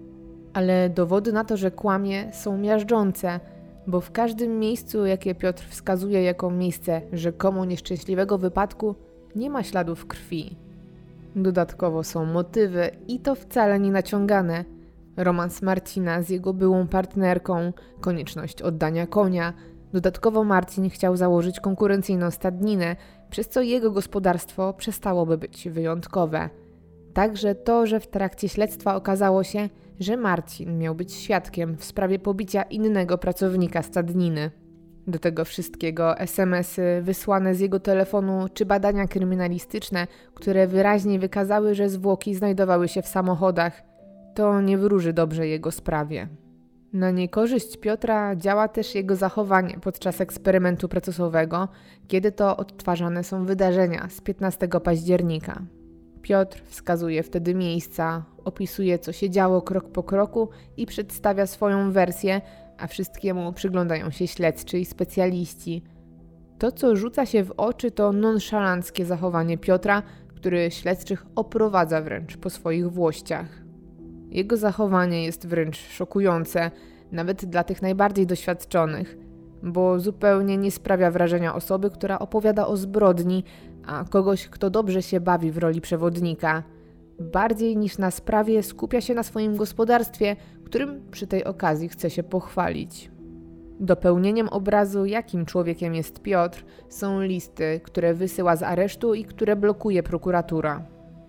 Ale dowody na to, że kłamie, są miażdżące, bo w każdym miejscu, jakie Piotr wskazuje jako miejsce rzekomo nieszczęśliwego wypadku, nie ma śladów krwi. Dodatkowo są motywy i to wcale nie naciągane. Romans Marcina z jego byłą partnerką, konieczność oddania konia. Dodatkowo Marcin chciał założyć konkurencyjną stadninę, przez co jego gospodarstwo przestałoby być wyjątkowe. Także to, że w trakcie śledztwa okazało się, że Marcin miał być świadkiem w sprawie pobicia innego pracownika stadniny. Do tego wszystkiego es em esy wysłane z jego telefonu czy badania kryminalistyczne, które wyraźnie wykazały, że zwłoki znajdowały się w samochodach. To nie wróży dobrze jego sprawie. Na niekorzyść Piotra działa też jego zachowanie podczas eksperymentu procesowego, kiedy to odtwarzane są wydarzenia z piętnastego października. Piotr wskazuje wtedy miejsca, opisuje, co się działo krok po kroku i przedstawia swoją wersję, a wszystkiemu przyglądają się śledczy i specjaliści. To, co rzuca się w oczy, to nonszalanckie zachowanie Piotra, który śledczych oprowadza wręcz po swoich włościach. Jego zachowanie jest wręcz szokujące, nawet dla tych najbardziej doświadczonych, bo zupełnie nie sprawia wrażenia osoby, która opowiada o zbrodni, a kogoś, kto dobrze się bawi w roli przewodnika. Bardziej niż na sprawie skupia się na swoim gospodarstwie, którym przy tej okazji chce się pochwalić. Dopełnieniem obrazu, jakim człowiekiem jest Piotr, są listy, które wysyła z aresztu i które blokuje prokuratura.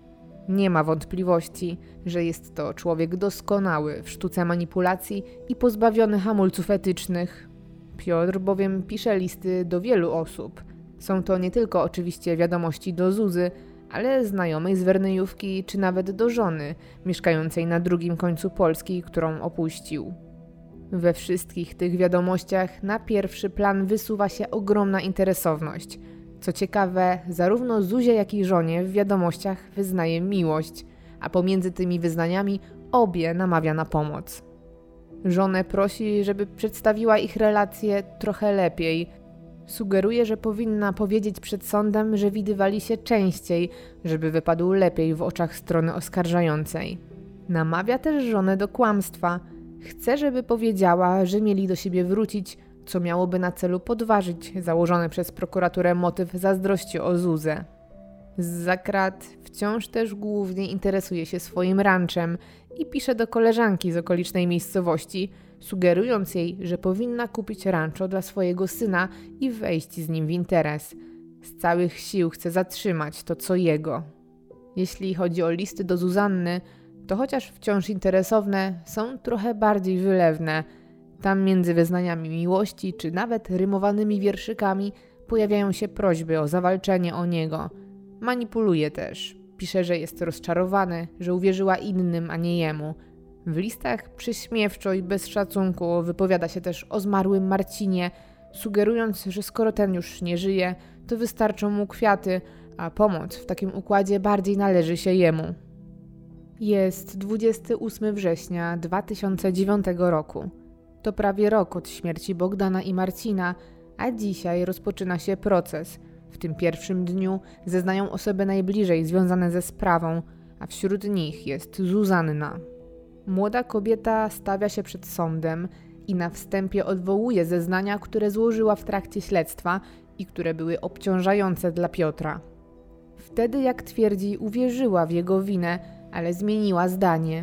Nie ma wątpliwości, że jest to człowiek doskonały w sztuce manipulacji i pozbawiony hamulców etycznych. Piotr bowiem pisze listy do wielu osób. Są to nie tylko oczywiście wiadomości do Zuzy, ale znajomej z Wernejówki czy nawet do żony, mieszkającej na drugim końcu Polski, którą opuścił. We wszystkich tych wiadomościach na pierwszy plan wysuwa się ogromna interesowność. Co ciekawe, zarówno Zuzie, jak i żonie w wiadomościach wyznaje miłość, a pomiędzy tymi wyznaniami obie namawia na pomoc. Żonę prosi, żeby przedstawiła ich relacje trochę lepiej. Sugeruje, że powinna powiedzieć przed sądem, że widywali się częściej, żeby wypadł lepiej w oczach strony oskarżającej. Namawia też żonę do kłamstwa. Chce, żeby powiedziała, że mieli do siebie wrócić, co miałoby na celu podważyć założony przez prokuraturę motyw zazdrości o Zuzę. Zza krat wciąż też głównie interesuje się swoim ranczem i pisze do koleżanki z okolicznej miejscowości, sugerując jej, że powinna kupić rancho dla swojego syna i wejść z nim w interes. Z całych sił chce zatrzymać to, co jego. Jeśli chodzi o listy do Zuzanny, to chociaż wciąż interesowne, są trochę bardziej wylewne. Tam między wyznaniami miłości, czy nawet rymowanymi wierszykami pojawiają się prośby o zawalczenie o niego. Manipuluje też. Pisze, że jest rozczarowany, że uwierzyła innym, a nie jemu. W listach przyśmiewczo i bez szacunku wypowiada się też o zmarłym Marcinie, sugerując, że skoro ten już nie żyje, to wystarczą mu kwiaty, a pomoc w takim układzie bardziej należy się jemu. Jest dwudziestego ósmego września dwa tysiące dziewiątego roku. To prawie rok od śmierci Bogdana i Marcina, a dzisiaj rozpoczyna się proces. W tym pierwszym dniu zeznają osoby najbliżej związane ze sprawą, a wśród nich jest Zuzanna. Młoda kobieta stawia się przed sądem i na wstępie odwołuje zeznania, które złożyła w trakcie śledztwa i które były obciążające dla Piotra. Wtedy, jak twierdzi, uwierzyła w jego winę, ale zmieniła zdanie.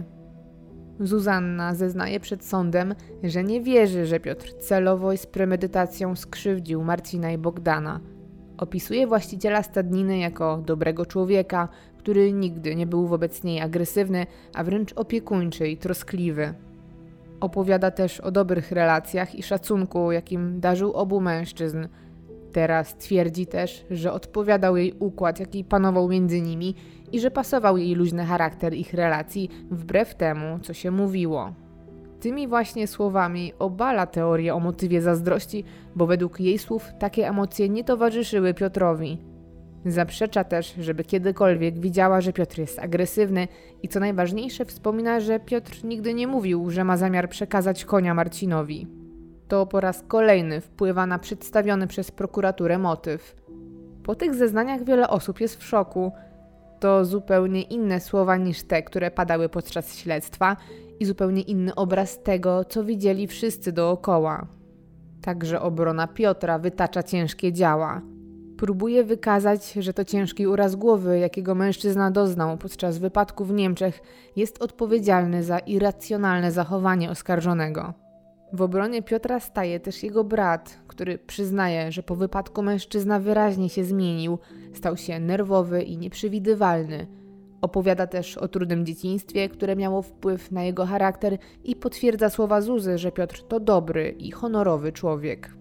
Zuzanna zeznaje przed sądem, że nie wierzy, że Piotr celowo i z premedytacją skrzywdził Marcina i Bogdana. Opisuje właściciela stadniny jako dobrego człowieka, który nigdy nie był wobec niej agresywny, a wręcz opiekuńczy i troskliwy. Opowiada też o dobrych relacjach i szacunku, jakim darzył obu mężczyzn. Teraz twierdzi też, że odpowiadał jej układ, jaki panował między nimi i że pasował jej luźny charakter ich relacji wbrew temu, co się mówiło. Tymi właśnie słowami obala teorię o motywie zazdrości, bo według jej słów takie emocje nie towarzyszyły Piotrowi. Zaprzecza też, żeby kiedykolwiek widziała, że Piotr jest agresywny i co najważniejsze wspomina, że Piotr nigdy nie mówił, że ma zamiar przekazać konia Marcinowi. To po raz kolejny wpływa na przedstawiony przez prokuraturę motyw. Po tych zeznaniach wiele osób jest w szoku. To zupełnie inne słowa niż te, które padały podczas śledztwa i zupełnie inny obraz tego, co widzieli wszyscy dookoła. Także obrona Piotra wytacza ciężkie działa. Próbuje wykazać, że to ciężki uraz głowy, jakiego mężczyzna doznał podczas wypadku w Niemczech, jest odpowiedzialny za irracjonalne zachowanie oskarżonego. W obronie Piotra staje też jego brat, który przyznaje, że po wypadku mężczyzna wyraźnie się zmienił, stał się nerwowy i nieprzewidywalny. Opowiada też o trudnym dzieciństwie, które miało wpływ na jego charakter i potwierdza słowa Zuzy, że Piotr to dobry i honorowy człowiek.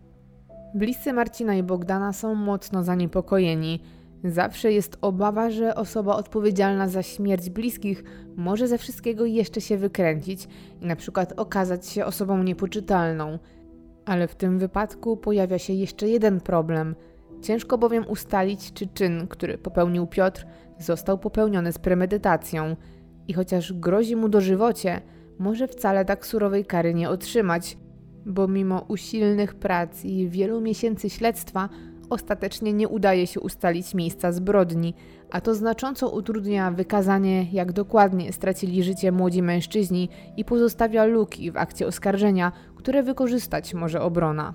Bliscy Marcina i Bogdana są mocno zaniepokojeni. Zawsze jest obawa, że osoba odpowiedzialna za śmierć bliskich może ze wszystkiego jeszcze się wykręcić i na przykład okazać się osobą niepoczytalną. Ale w tym wypadku pojawia się jeszcze jeden problem. Ciężko bowiem ustalić, czy czyn, który popełnił Piotr, został popełniony z premedytacją i chociaż grozi mu dożywocie, może wcale tak surowej kary nie otrzymać, bo mimo usilnych prac i wielu miesięcy śledztwa ostatecznie nie udaje się ustalić miejsca zbrodni, a to znacząco utrudnia wykazanie, jak dokładnie stracili życie młodzi mężczyźni i pozostawia luki w akcie oskarżenia, które wykorzystać może obrona.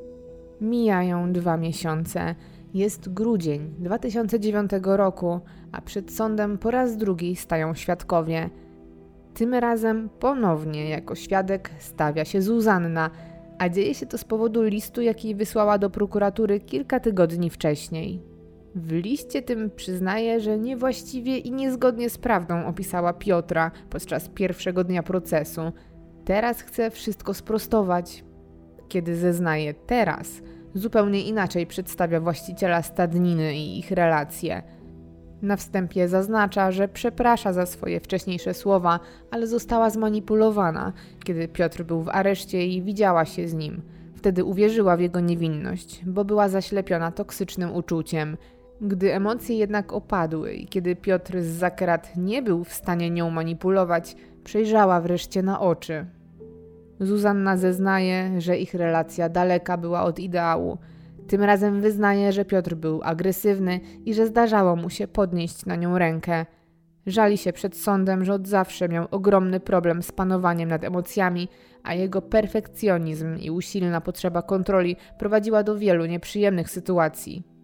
Mijają dwa miesiące. Jest grudzień dwa tysiące dziewiątego roku, a przed sądem po raz drugi stają świadkowie. Tym razem ponownie jako świadek stawia się Zuzanna, a dzieje się to z powodu listu, jaki wysłała do prokuratury kilka tygodni wcześniej. W liście tym przyznaje, że niewłaściwie i niezgodnie z prawdą opisała Piotra podczas pierwszego dnia procesu. Teraz chce wszystko sprostować. Kiedy zeznaje teraz, zupełnie inaczej przedstawia właściciela stadniny i ich relacje. Na wstępie zaznacza, że przeprasza za swoje wcześniejsze słowa, ale została zmanipulowana, kiedy Piotr był w areszcie i widziała się z nim. Wtedy uwierzyła w jego niewinność, bo była zaślepiona toksycznym uczuciem. Gdy emocje jednak opadły i kiedy Piotr zza krat nie był w stanie nią manipulować, przejrzała wreszcie na oczy. Zuzanna zeznaje, że ich relacja daleka była od ideału. Tym razem wyznaje, że Piotr był agresywny i że zdarzało mu się podnieść na nią rękę. Żali się przed sądem, że od zawsze miał ogromny problem z panowaniem nad emocjami, a jego perfekcjonizm i usilna potrzeba kontroli prowadziła do wielu nieprzyjemnych sytuacji.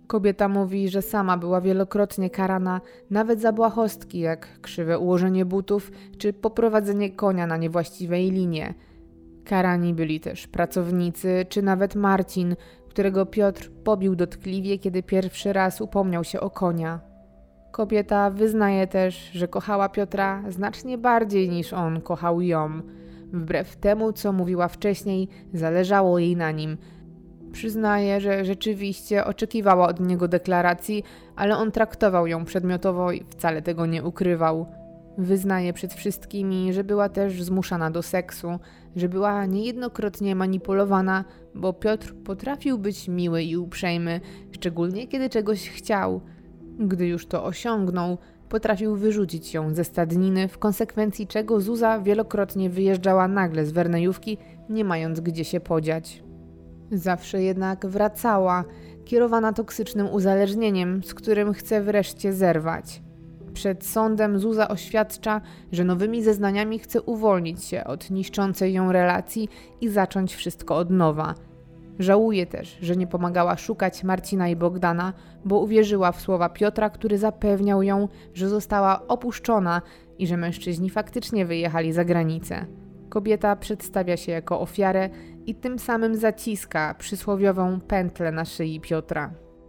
Kobieta mówi, że sama była wielokrotnie karana nawet za błahostki, jak krzywe ułożenie butów czy poprowadzenie konia na niewłaściwej linie. Karani byli też pracownicy, czy nawet Marcin, którego Piotr pobił dotkliwie, kiedy pierwszy raz upomniał się o konia. Kobieta wyznaje też, że kochała Piotra znacznie bardziej niż on kochał ją. Wbrew temu, co mówiła wcześniej, zależało jej na nim. Przyznaje, że rzeczywiście oczekiwała od niego deklaracji, ale on traktował ją przedmiotowo i wcale tego nie ukrywał. Wyznaje przed wszystkimi, że była też zmuszana do seksu, że była niejednokrotnie manipulowana, bo Piotr potrafił być miły i uprzejmy, szczególnie kiedy czegoś chciał. Gdy już to osiągnął, potrafił wyrzucić ją ze stadniny, w konsekwencji czego Zuza wielokrotnie wyjeżdżała nagle z Wernejówki, nie mając gdzie się podziać. Zawsze jednak wracała, kierowana toksycznym uzależnieniem, z którym chce wreszcie zerwać. Przed sądem Zuza oświadcza, że nowymi zeznaniami chce uwolnić się od niszczącej ją relacji i zacząć wszystko od nowa. Żałuje też, że nie pomagała szukać Marcina i Bogdana, bo uwierzyła w słowa Piotra, który zapewniał ją, że została opuszczona i że mężczyźni faktycznie wyjechali za granicę. Kobieta przedstawia się jako ofiarę i tym samym zaciska przysłowiową pętlę na szyi Piotra.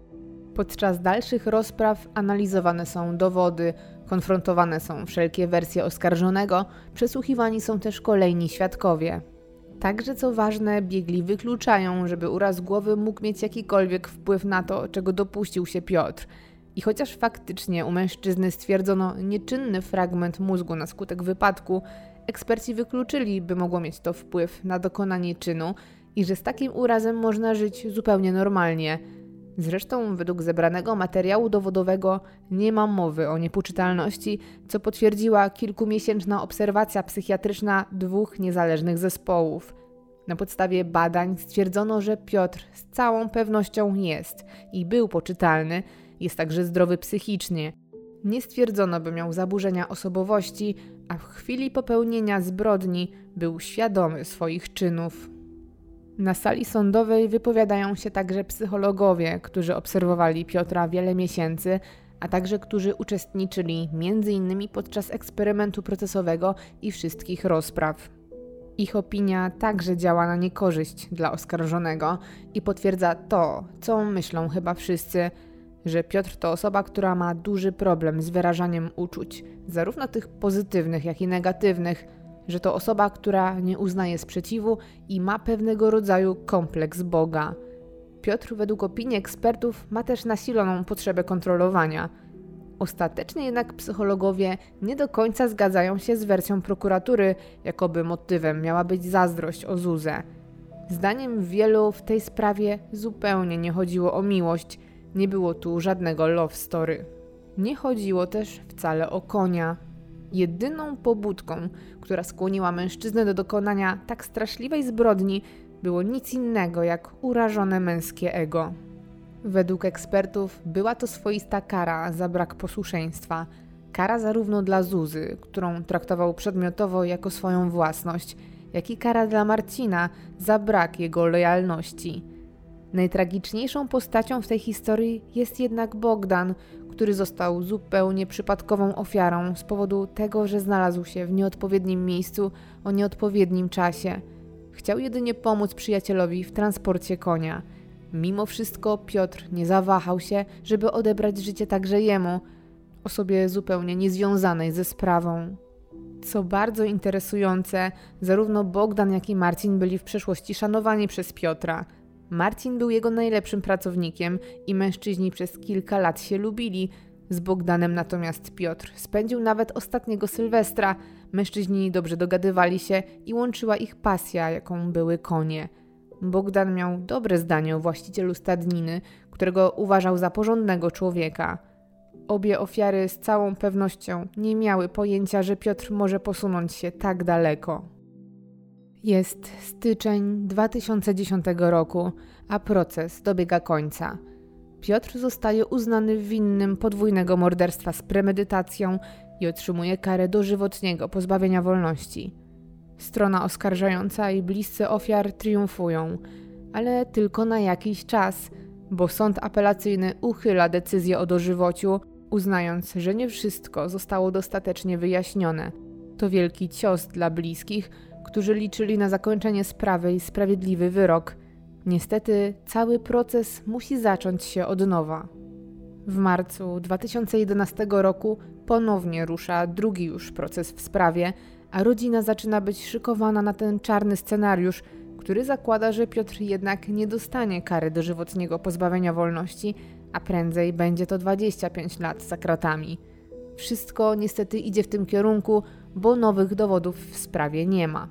Podczas dalszych rozpraw analizowane są dowody, konfrontowane są wszelkie wersje oskarżonego, przesłuchiwani są też kolejni świadkowie. Także co ważne, biegli wykluczają, żeby uraz głowy mógł mieć jakikolwiek wpływ na to, czego dopuścił się Piotr. I chociaż faktycznie u mężczyzny stwierdzono nieczynny fragment mózgu na skutek wypadku, eksperci wykluczyli, by mogło mieć to wpływ na dokonanie czynu i że z takim urazem można żyć zupełnie normalnie. Zresztą według zebranego materiału dowodowego nie ma mowy o niepoczytalności, co potwierdziła kilkumiesięczna obserwacja psychiatryczna dwóch niezależnych zespołów. Na podstawie badań stwierdzono, że Piotr z całą pewnością jest i był poczytalny, jest także zdrowy psychicznie. Nie stwierdzono, by miał zaburzenia osobowości, a w chwili popełnienia zbrodni był świadomy swoich czynów. Na sali sądowej wypowiadają się także psychologowie, którzy obserwowali Piotra wiele miesięcy, a także którzy uczestniczyli między innymi podczas eksperymentu procesowego i wszystkich rozpraw. Ich opinia także działa na niekorzyść dla oskarżonego i potwierdza to, co myślą chyba wszyscy, że Piotr to osoba, która ma duży problem z wyrażaniem uczuć, zarówno tych pozytywnych, jak i negatywnych, że to osoba, która nie uznaje sprzeciwu i ma pewnego rodzaju kompleks Boga. Piotr według opinii ekspertów ma też nasiloną potrzebę kontrolowania. Ostatecznie jednak psychologowie nie do końca zgadzają się z wersją prokuratury, jakoby motywem miała być zazdrość o Zuzę. Zdaniem wielu w tej sprawie zupełnie nie chodziło o miłość, nie było tu żadnego love story. Nie chodziło też wcale o konia. Jedyną pobudką, która skłoniła mężczyznę do dokonania tak straszliwej zbrodni, było nic innego jak urażone męskie ego. Według ekspertów była to swoista kara za brak posłuszeństwa. Kara zarówno dla Zuzy, którą traktował przedmiotowo jako swoją własność, jak i kara dla Marcina za brak jego lojalności. Najtragiczniejszą postacią w tej historii jest jednak Bogdan, który został zupełnie przypadkową ofiarą z powodu tego, że znalazł się w nieodpowiednim miejscu o nieodpowiednim czasie. Chciał jedynie pomóc przyjacielowi w transporcie konia. Mimo wszystko Piotr nie zawahał się, żeby odebrać życie także jemu, osobie zupełnie niezwiązanej ze sprawą. Co bardzo interesujące, zarówno Bogdan, jak i Marcin byli w przeszłości szanowani przez Piotra. Marcin był jego najlepszym pracownikiem i mężczyźni przez kilka lat się lubili. Z Bogdanem natomiast Piotr spędził nawet ostatniego Sylwestra. Mężczyźni dobrze dogadywali się i łączyła ich pasja, jaką były konie. Bogdan miał dobre zdanie o właścicielu stadniny, którego uważał za porządnego człowieka. Obie ofiary z całą pewnością nie miały pojęcia, że Piotr może posunąć się tak daleko. Jest styczeń dwa tysiące dziesiątego roku, a proces dobiega końca. Piotr zostaje uznany winnym podwójnego morderstwa z premedytacją i otrzymuje karę dożywotniego pozbawienia wolności. Strona oskarżająca i bliscy ofiar triumfują, ale tylko na jakiś czas. bo sąd apelacyjny uchyla decyzję o dożywociu, uznając, że nie wszystko zostało dostatecznie wyjaśnione. To wielki cios dla bliskich, którzy liczyli na zakończenie sprawy i sprawiedliwy wyrok. Niestety cały proces musi zacząć się od nowa. W marcu dwa tysiące jedenastego roku ponownie rusza drugi już proces w sprawie, a rodzina zaczyna być szykowana na ten czarny scenariusz, który zakłada, że Piotr jednak nie dostanie kary dożywotniego pozbawienia wolności, a prędzej będzie to dwadzieścia pięć lat za kratami. Wszystko niestety idzie w tym kierunku, bo nowych dowodów w sprawie nie ma.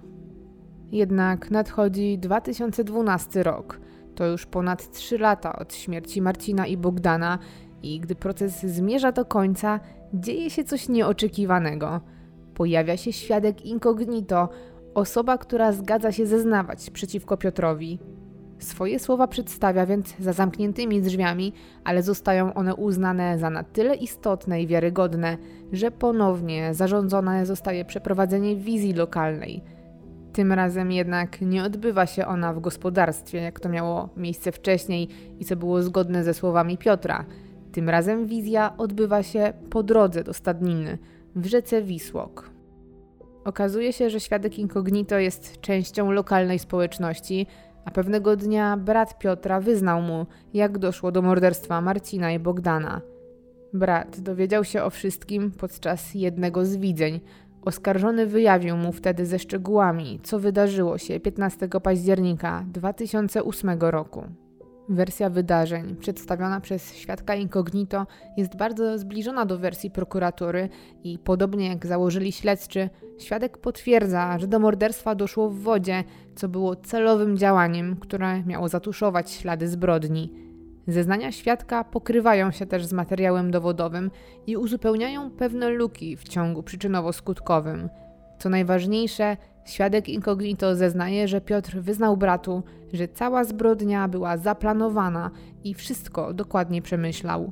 Jednak nadchodzi dwa tysiące dwunasty rok. To już ponad trzy lata od śmierci Marcina i Bogdana i gdy proces zmierza do końca, dzieje się coś nieoczekiwanego. Pojawia się świadek incognito, osoba, która zgadza się zeznawać przeciwko Piotrowi. Swoje słowa przedstawia więc za zamkniętymi drzwiami, ale zostają one uznane za na tyle istotne i wiarygodne, że ponownie zarządzone zostaje przeprowadzenie wizji lokalnej. Tym razem jednak nie odbywa się ona w gospodarstwie, jak to miało miejsce wcześniej i co było zgodne ze słowami Piotra. Tym razem wizja odbywa się po drodze do stadniny, w rzece Wisłok. Okazuje się, że świadek incognito jest częścią lokalnej społeczności, a pewnego dnia brat Piotra wyznał mu, jak doszło do morderstwa Marcina i Bogdana. Brat dowiedział się o wszystkim podczas jednego z widzeń. Oskarżony wyjawił mu wtedy ze szczegółami, co wydarzyło się piętnastego października dwa tysiące ósmego roku. Wersja wydarzeń przedstawiona przez świadka incognito jest bardzo zbliżona do wersji prokuratury i podobnie jak założyli śledczy, świadek potwierdza, że do morderstwa doszło w wodzie, co było celowym działaniem, które miało zatuszować ślady zbrodni. Zeznania świadka pokrywają się też z materiałem dowodowym i uzupełniają pewne luki w ciągu przyczynowo-skutkowym. Co najważniejsze, świadek incognito zeznaje, że Piotr wyznał bratu, że cała zbrodnia była zaplanowana i wszystko dokładnie przemyślał.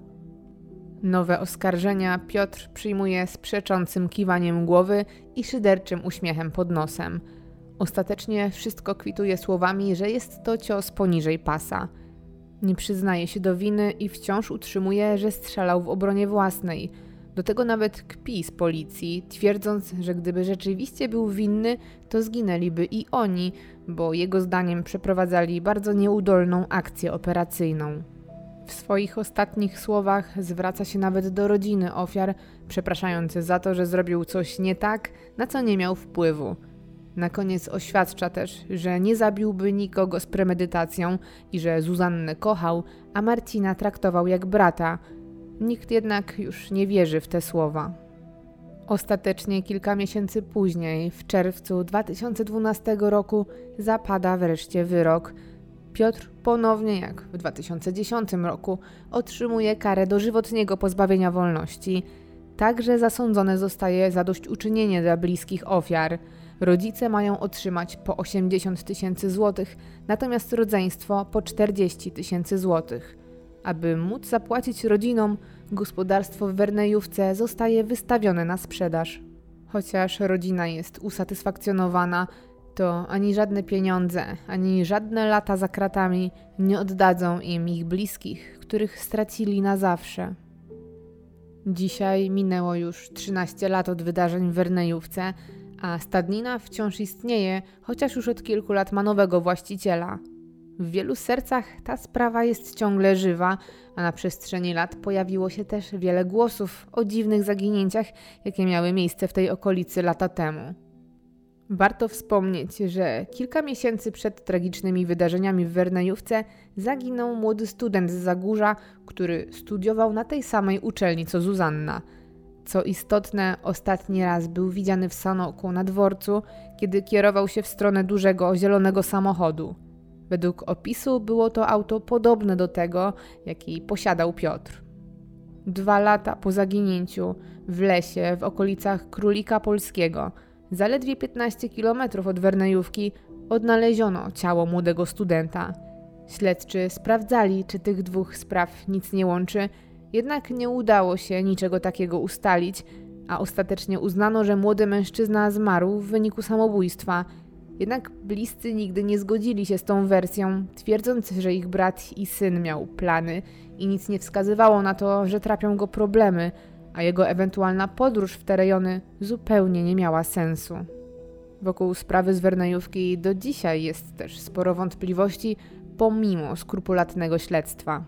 Nowe oskarżenia Piotr przyjmuje z przeczącym kiwaniem głowy i szyderczym uśmiechem pod nosem. Ostatecznie wszystko kwituje słowami, że jest to cios poniżej pasa. Nie przyznaje się do winy i wciąż utrzymuje, że strzelał w obronie własnej. Do tego nawet kpi z policji, twierdząc, że gdyby rzeczywiście był winny, to zginęliby i oni, bo jego zdaniem przeprowadzali bardzo nieudolną akcję operacyjną. W swoich ostatnich słowach zwraca się nawet do rodziny ofiar, przepraszając za to, że zrobił coś nie tak, na co nie miał wpływu. Na koniec oświadcza też, że nie zabiłby nikogo z premedytacją i że Zuzannę kochał, a Marcina traktował jak brata. Nikt jednak już nie wierzy w te słowa. Ostatecznie kilka miesięcy później, w czerwcu dwa tysiące dwunastego roku, zapada wreszcie wyrok. Piotr ponownie, jak w dwa tysiące dziesiątym roku, otrzymuje karę dożywotniego pozbawienia wolności. Także zasądzone zostaje zadośćuczynienie dla bliskich ofiar. Rodzice mają otrzymać po osiemdziesiąt tysięcy złotych, natomiast rodzeństwo po czterdzieści tysięcy złotych. Aby móc zapłacić rodzinom, gospodarstwo w Wernejówce zostaje wystawione na sprzedaż. Chociaż rodzina jest usatysfakcjonowana, to ani żadne pieniądze, ani żadne lata za kratami nie oddadzą im ich bliskich, których stracili na zawsze. Dzisiaj minęło już trzynaście lat od wydarzeń w Wernejówce, a stadnina wciąż istnieje, chociaż już od kilku lat ma nowego właściciela. W wielu sercach ta sprawa jest ciągle żywa, a na przestrzeni lat pojawiło się też wiele głosów o dziwnych zaginięciach, jakie miały miejsce w tej okolicy lata temu. Warto wspomnieć, że kilka miesięcy przed tragicznymi wydarzeniami w Wernejówce zaginął młody student z Zagórza, który studiował na tej samej uczelni co Zuzanna. Co istotne, ostatni raz był widziany w Sanoku na dworcu, kiedy kierował się w stronę dużego zielonego samochodu. Według opisu było to auto podobne do tego, jaki posiadał Piotr. Dwa lata po zaginięciu, w lesie w okolicach Królika Polskiego, zaledwie piętnaście kilometrów od Wernejówki, odnaleziono ciało młodego studenta. Śledczy sprawdzali, czy tych dwóch spraw nic nie łączy, jednak nie udało się niczego takiego ustalić, a ostatecznie uznano, że młody mężczyzna zmarł w wyniku samobójstwa. Jednak bliscy nigdy nie zgodzili się z tą wersją, twierdząc, że ich brat i syn miał plany i nic nie wskazywało na to, że trapią go problemy, a jego ewentualna podróż w te rejony zupełnie nie miała sensu. Wokół sprawy z Wernejówki do dzisiaj jest też sporo wątpliwości, pomimo skrupulatnego śledztwa.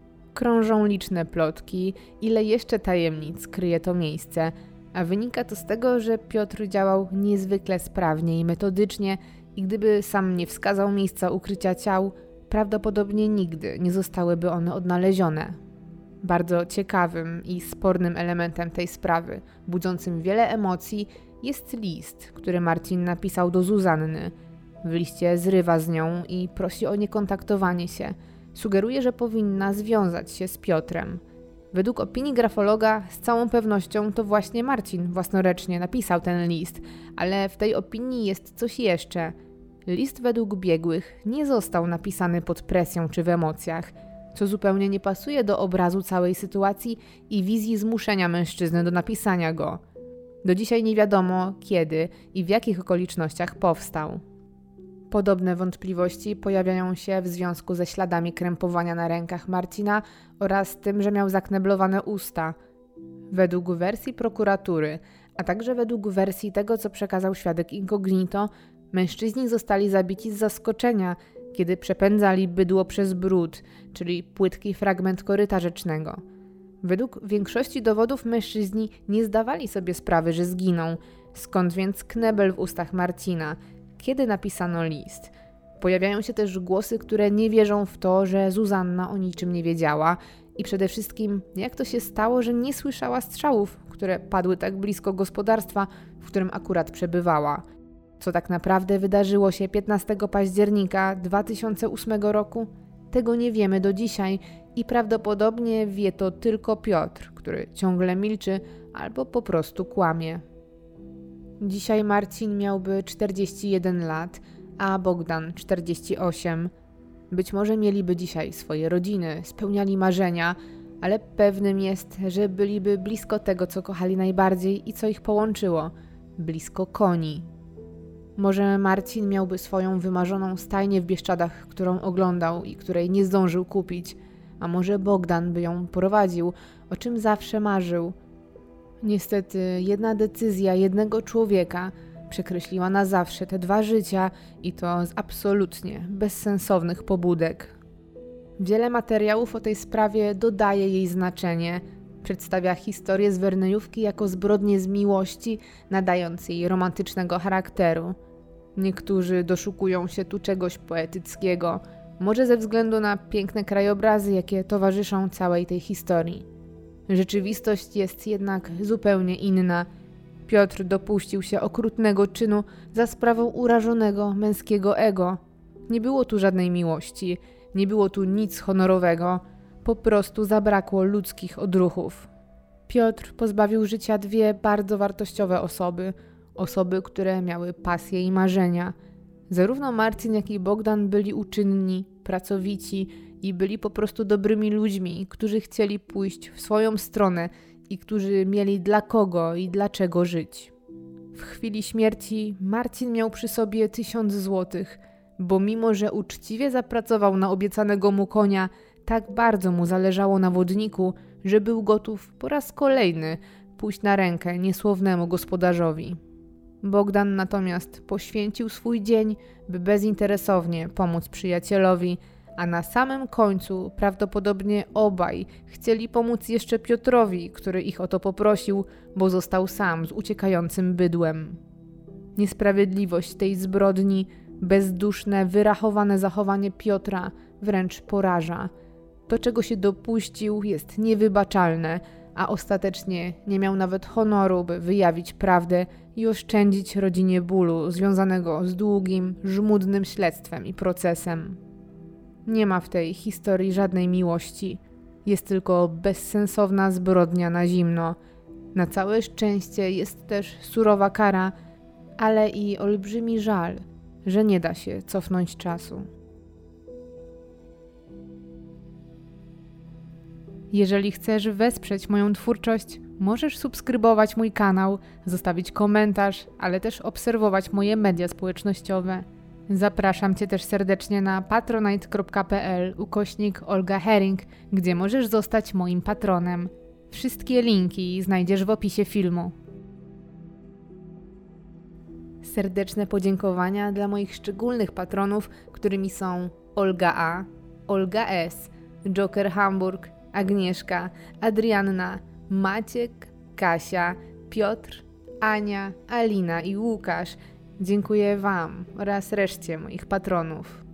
Krążą liczne plotki, ile jeszcze tajemnic kryje to miejsce, a wynika to z tego, że Piotr działał niezwykle sprawnie i metodycznie i gdyby sam nie wskazał miejsca ukrycia ciał, prawdopodobnie nigdy nie zostałyby one odnalezione. Bardzo ciekawym i spornym elementem tej sprawy, budzącym wiele emocji, jest list, który Marcin napisał do Zuzanny. W liście zrywa z nią i prosi o niekontaktowanie się. Sugeruje, że powinna związać się z Piotrem. Według opinii grafologa z całą pewnością to właśnie Marcin własnoręcznie napisał ten list, ale w tej opinii jest coś jeszcze. List według biegłych nie został napisany pod presją czy w emocjach, co zupełnie nie pasuje do obrazu całej sytuacji i wizji zmuszenia mężczyzny do napisania go. Do dzisiaj nie wiadomo, kiedy i w jakich okolicznościach powstał. Podobne wątpliwości pojawiają się w związku ze śladami krępowania na rękach Marcina oraz tym, że miał zakneblowane usta. Według wersji prokuratury, a także według wersji tego, co przekazał świadek incognito, mężczyźni zostali zabici z zaskoczenia, kiedy przepędzali bydło przez brud, czyli płytki fragment koryta rzecznego. Według większości dowodów mężczyźni nie zdawali sobie sprawy, że zginą, skąd więc knebel w ustach Marcina, kiedy napisano list. Pojawiają się też głosy, które nie wierzą w to, że Zuzanna o niczym nie wiedziała i przede wszystkim jak to się stało, że nie słyszała strzałów, które padły tak blisko gospodarstwa, w którym akurat przebywała. Co tak naprawdę wydarzyło się piętnastego października dwa tysiące ósmego roku? Tego nie wiemy do dzisiaj i prawdopodobnie wie to tylko Piotr, który ciągle milczy albo po prostu kłamie. Dzisiaj Marcin miałby czterdzieści jeden lat, a Bogdan czterdzieści osiem. Być może mieliby dzisiaj swoje rodziny, spełniali marzenia, ale pewnym jest, że byliby blisko tego, co kochali najbardziej i co ich połączyło – blisko koni. Może Marcin miałby swoją wymarzoną stajnię w Bieszczadach, którą oglądał i której nie zdążył kupić, a może Bogdan by ją prowadził, o czym zawsze marzył. Niestety jedna decyzja jednego człowieka przekreśliła na zawsze te dwa życia i to z absolutnie bezsensownych pobudek. Wiele materiałów o tej sprawie dodaje jej znaczenie, przedstawia historię z Wernejówki jako zbrodnię z miłości, nadając jej romantycznego charakteru. Niektórzy doszukują się tu czegoś poetyckiego, może ze względu na piękne krajobrazy, jakie towarzyszą całej tej historii. Rzeczywistość jest jednak zupełnie inna. Piotr dopuścił się okrutnego czynu za sprawą urażonego męskiego ego. Nie było tu żadnej miłości, nie było tu nic honorowego, po prostu zabrakło ludzkich odruchów. Piotr pozbawił życia dwie bardzo wartościowe osoby, osoby, które miały pasje i marzenia. Zarówno Marcin, jak i Bogdan byli uczynni, pracowici i byli po prostu dobrymi ludźmi, którzy chcieli pójść w swoją stronę i którzy mieli dla kogo i dlaczego żyć. W chwili śmierci Marcin miał przy sobie tysiąc złotych, bo mimo, że uczciwie zapracował na obiecanego mu konia, tak bardzo mu zależało na wodniku, że był gotów po raz kolejny pójść na rękę niesłownemu gospodarzowi. Bogdan natomiast poświęcił swój dzień, by bezinteresownie pomóc przyjacielowi, a na samym końcu prawdopodobnie obaj chcieli pomóc jeszcze Piotrowi, który ich o to poprosił, bo został sam z uciekającym bydłem. Niesprawiedliwość tej zbrodni, bezduszne, wyrachowane zachowanie Piotra wręcz poraża. To, czego się dopuścił, jest niewybaczalne, a ostatecznie nie miał nawet honoru, by wyjawić prawdę i oszczędzić rodzinie bólu związanego z długim, żmudnym śledztwem i procesem. Nie ma w tej historii żadnej miłości. Jest tylko bezsensowna zbrodnia na zimno. Na całe szczęście jest też surowa kara, ale i olbrzymi żal, że nie da się cofnąć czasu. Jeżeli chcesz wesprzeć moją twórczość, Możesz subskrybować mój kanał, zostawić komentarz, ale też obserwować moje media społecznościowe. Zapraszam Cię też serdecznie na patronite.pl ukośnik Olga Hering, gdzie możesz zostać moim patronem. Wszystkie linki znajdziesz w opisie filmu. Serdeczne podziękowania dla moich szczególnych patronów, którymi są Olga A, Olga S, Joker Hamburg, Agnieszka, Adrianna, Maciek, Kasia, Piotr, Ania, Alina i Łukasz. Dziękuję Wam oraz reszcie moich patronów.